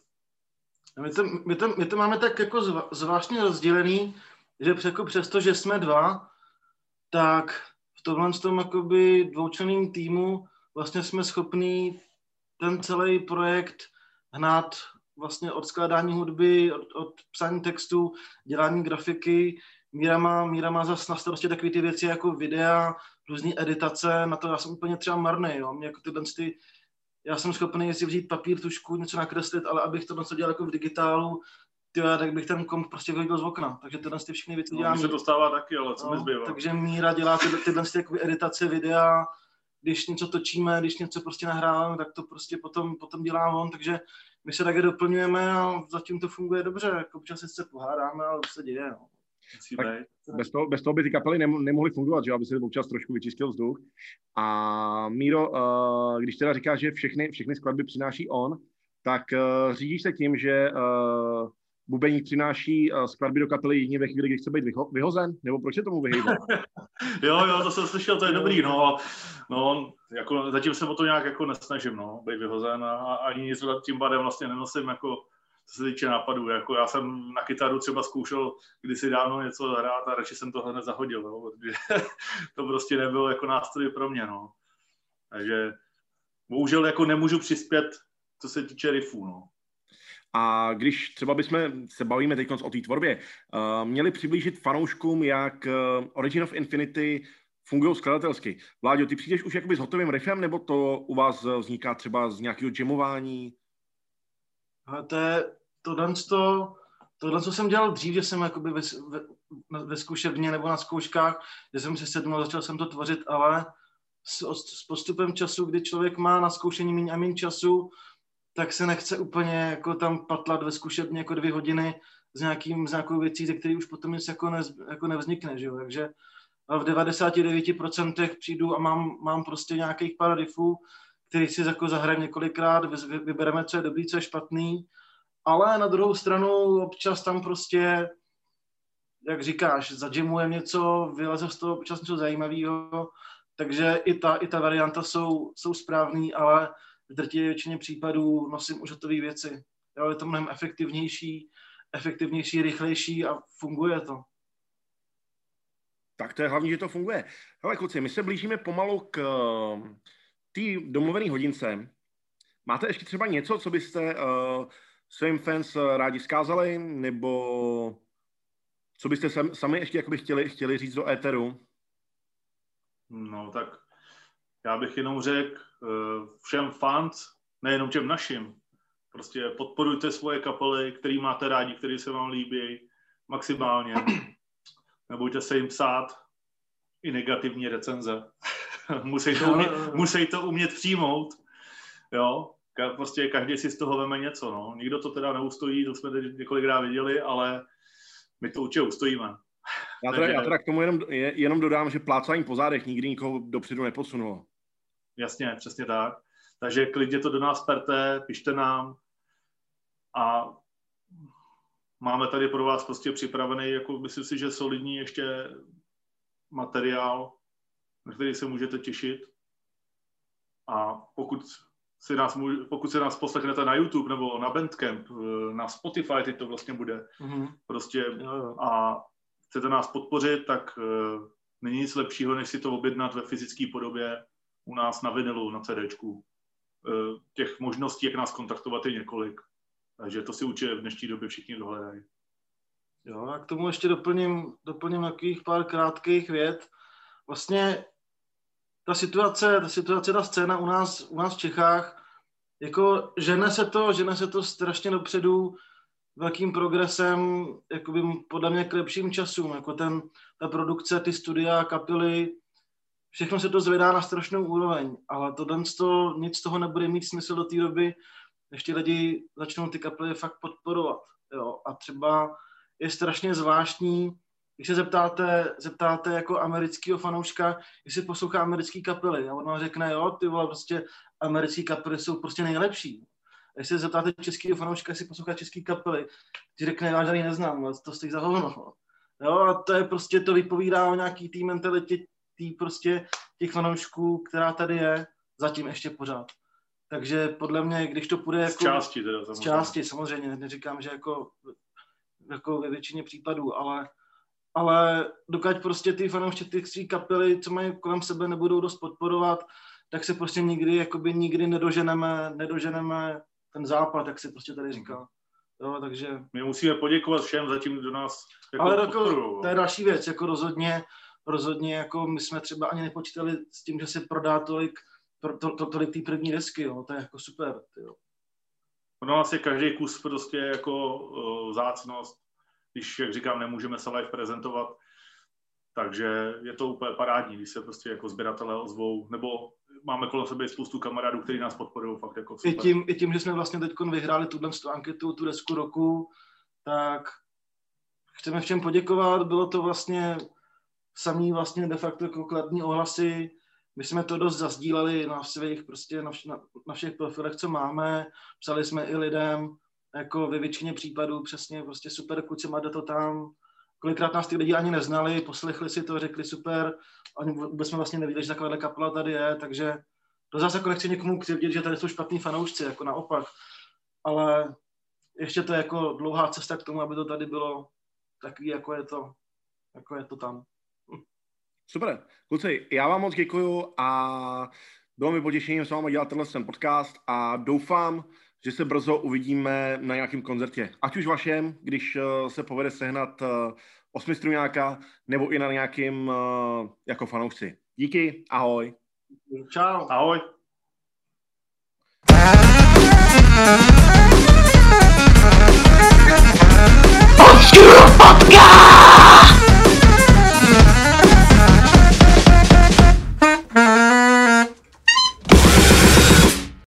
My to máme tak jako zvláštně rozdělený, že přesto, že jsme dva, tak v tomhle tom jakoby dvoučlenným týmu vlastně jsme schopní ten celý projekt hnát vlastně od skládání hudby, od psání textu, dělání grafiky. Míra má zase na starosti takové ty věci jako videa, různý editace, na to já jsem úplně třeba marný, jo. Mě jako já jsem schopný si vzít papír, tušku, něco nakreslit, ale abych to dělal jako v digitálu, tak bych ten komp prostě vyhodil z okna. Takže tyhle všechny věci dělám. Se to stává taky, ale co mi zbývá. Takže Míra dělá tyhle editace videa, když něco točíme, když něco prostě nahráváme, tak to prostě potom dělá on, takže my se také doplňujeme a zatím to funguje dobře. Jako občas se pohádáme, ale to se děje. No. Bez toho by ty kapely nemohly fungovat, že aby se občas trošku vyčistil vzduch. A Míro, když teda říkáš, že všechny skladby přináší on, tak řídíš se tím, že bubeník přináší skladby do kapely jedině ve chvíli, kdy chce být vyhozen? Nebo proč se tomu vyhýbá? jo, to jsem slyšel, to je dobrý, no, jako zatím se o to nějak jako nesnažím, no, být vyhozen a ani nic tím pádem vlastně nenosím, jako co se týče nápadů, jako já jsem na kytaru třeba zkoušel kdysi dávno něco hrát a radši jsem to hned zahodil, no, protože to prostě nebylo jako nástroj pro mě, no. Takže bohužel jako nemůžu přispět, co se týče riffů, no. A když třeba bychom se bavíme teď o té tvorbě, měli přiblížit fanouškům, jak Origin of Infinity fungují skladatelsky. Vláďo, ty přijdeš už jakoby s hotovým riffem, nebo to u vás vzniká třeba z nějakého jamování? Tohle, co jsem dělal dřív, že jsem jakoby ve zkušebně nebo na zkouškách, že jsem si sednul a začal jsem to tvořit, ale s postupem času, kdy člověk má na zkoušení méně a méně času, tak se nechce úplně jako tam patlat ve zkušebně jako 2 hodiny s nějakou věcí, ze které už potom nic jako nevznikne, že jo? Takže v 99% přijdu a mám prostě nějakých pár riffů, který si jako zahrajeme několikrát, vybereme, co je dobrý, co je špatný, ale na druhou stranu občas tam prostě, jak říkáš, zadžimujeme něco, vyleze z toho občas něco zajímavého, takže i ta varianta jsou správný, ale v drtivé většině případů nosím už hotové věci. Jo, je to mnohem efektivnější, rychlejší a funguje to. Tak to je hlavní, že to funguje. Hele kluci, my se blížíme pomalu k té domluvené hodince. Máte ještě třeba něco, co byste svým fans rádi vzkázali, nebo co byste sami ještě jakoby chtěli říct do éteru? No tak já bych jenom řekl všem fans, nejenom těm našim, prostě podporujte svoje kapely, který máte rádi, který se vám líbí maximálně. Nebojte se jim psát i negativní recenze. musí to umět přijmout. Jo? Prostě každý si z toho veme něco. No. Nikdo to teda neustojí, to jsme teď několikrát viděli, ale my to určitě ustojíme. Já teda k tomu jenom dodám, že plácání po zádech nikdy nikoho dopředu neposunulo. Jasně, přesně tak. Takže klidně to do nás perte, pište nám a máme tady pro vás prostě připravený, jako myslím si, že solidní ještě materiál, na který se můžete těšit. A pokud se nás poslechnete na YouTube nebo na Bandcamp, na Spotify, teď to vlastně bude. Prostě a chcete nás podpořit, tak není nic lepšího, než si to objednat ve fyzické podobě u nás na vinylu, na CDčku. Těch možností, jak nás kontaktovat, je několik. Takže to si určitě v dnešní době všichni dohledají. Jo, a k tomu ještě doplním takových pár krátkých vět. Vlastně ta scéna u nás v Čechách, jako žene se to strašně dopředu velkým progresem, jakoby podle mě k lepším časům, jako ta produkce, ty studia, kapely, všechno se to zvedá na strašnou úroveň, ale nic z toho nebude mít smysl do té doby, než ti lidi začnou ty kapely fakt podporovat. Jo. A třeba je strašně zvláštní, když se zeptáte jako amerického fanouška, jestli poslouchá americký kapely, a on vám řekne, jo, ty vole, prostě americký kapely jsou prostě nejlepší. A když se zeptáte českého fanouška, jestli poslouchá český kapely, ti řekne, já žádný neznám, ale to stojí za hovno. Jo, a to je prostě, to vypovídá o nějaký té mentalitě těch fanoušků, která tady je, zatím ještě pořád. Takže podle mě, když to půjde jako... Z části, samozřejmě. Neříkám, že jako ve většině případů, ale ale dokud prostě ty fanoušci ty svý kapely, co mají kolem sebe, nebudou dost podporovat, tak se prostě nikdy nedoženeme ten západ, jak se prostě tady říká. Jo, takže... My musíme poděkovat všem zatím, kdo nás jako ale podporují. To je další věc, jako rozhodně jako my jsme třeba ani nepočítali s tím, že se prodá tolik té první desky, jo, to je jako super. Jo. No asi každý kus prostě jako vzácnost, když, jak říkám, nemůžeme se live prezentovat, takže je to úplně parádní, když se prostě jako sběratelé ozvou, nebo máme kolem sebe spoustu kamarádů, kteří nás podporují fakt jako super. I tím, že jsme vlastně teď vyhráli tuhle anketu, tu desku roku, tak chceme všem poděkovat, bylo to vlastně samý vlastně de facto jako kladní ohlasy, my jsme to dost zazdíleli na svých prostě na všech profilech, co máme, psali jsme i lidem, jako ve většině případů přesně prostě super kluci, máte to tam, kolikrát nás ty lidi ani neznali, poslechli si to, řekli super, ani vůbec jsme vlastně nevěděli, že takováhle kapela tady je, takže to zase jako nechci někomu křivdit, že tady jsou špatný fanoušci, jako naopak, ale ještě to je jako dlouhá cesta k tomu, aby to tady bylo takový, jako je to tam. Super. Kluci, já vám moc děkuju a bylo mi potěšením s vámi dělat tenhle podcast a doufám, že se brzo uvidíme na nějakém koncertě. Ať už vašem, když se povede sehnat 8struňáka, nebo i na nějakým jako fanoušci. Díky, ahoj. Čau. Ahoj.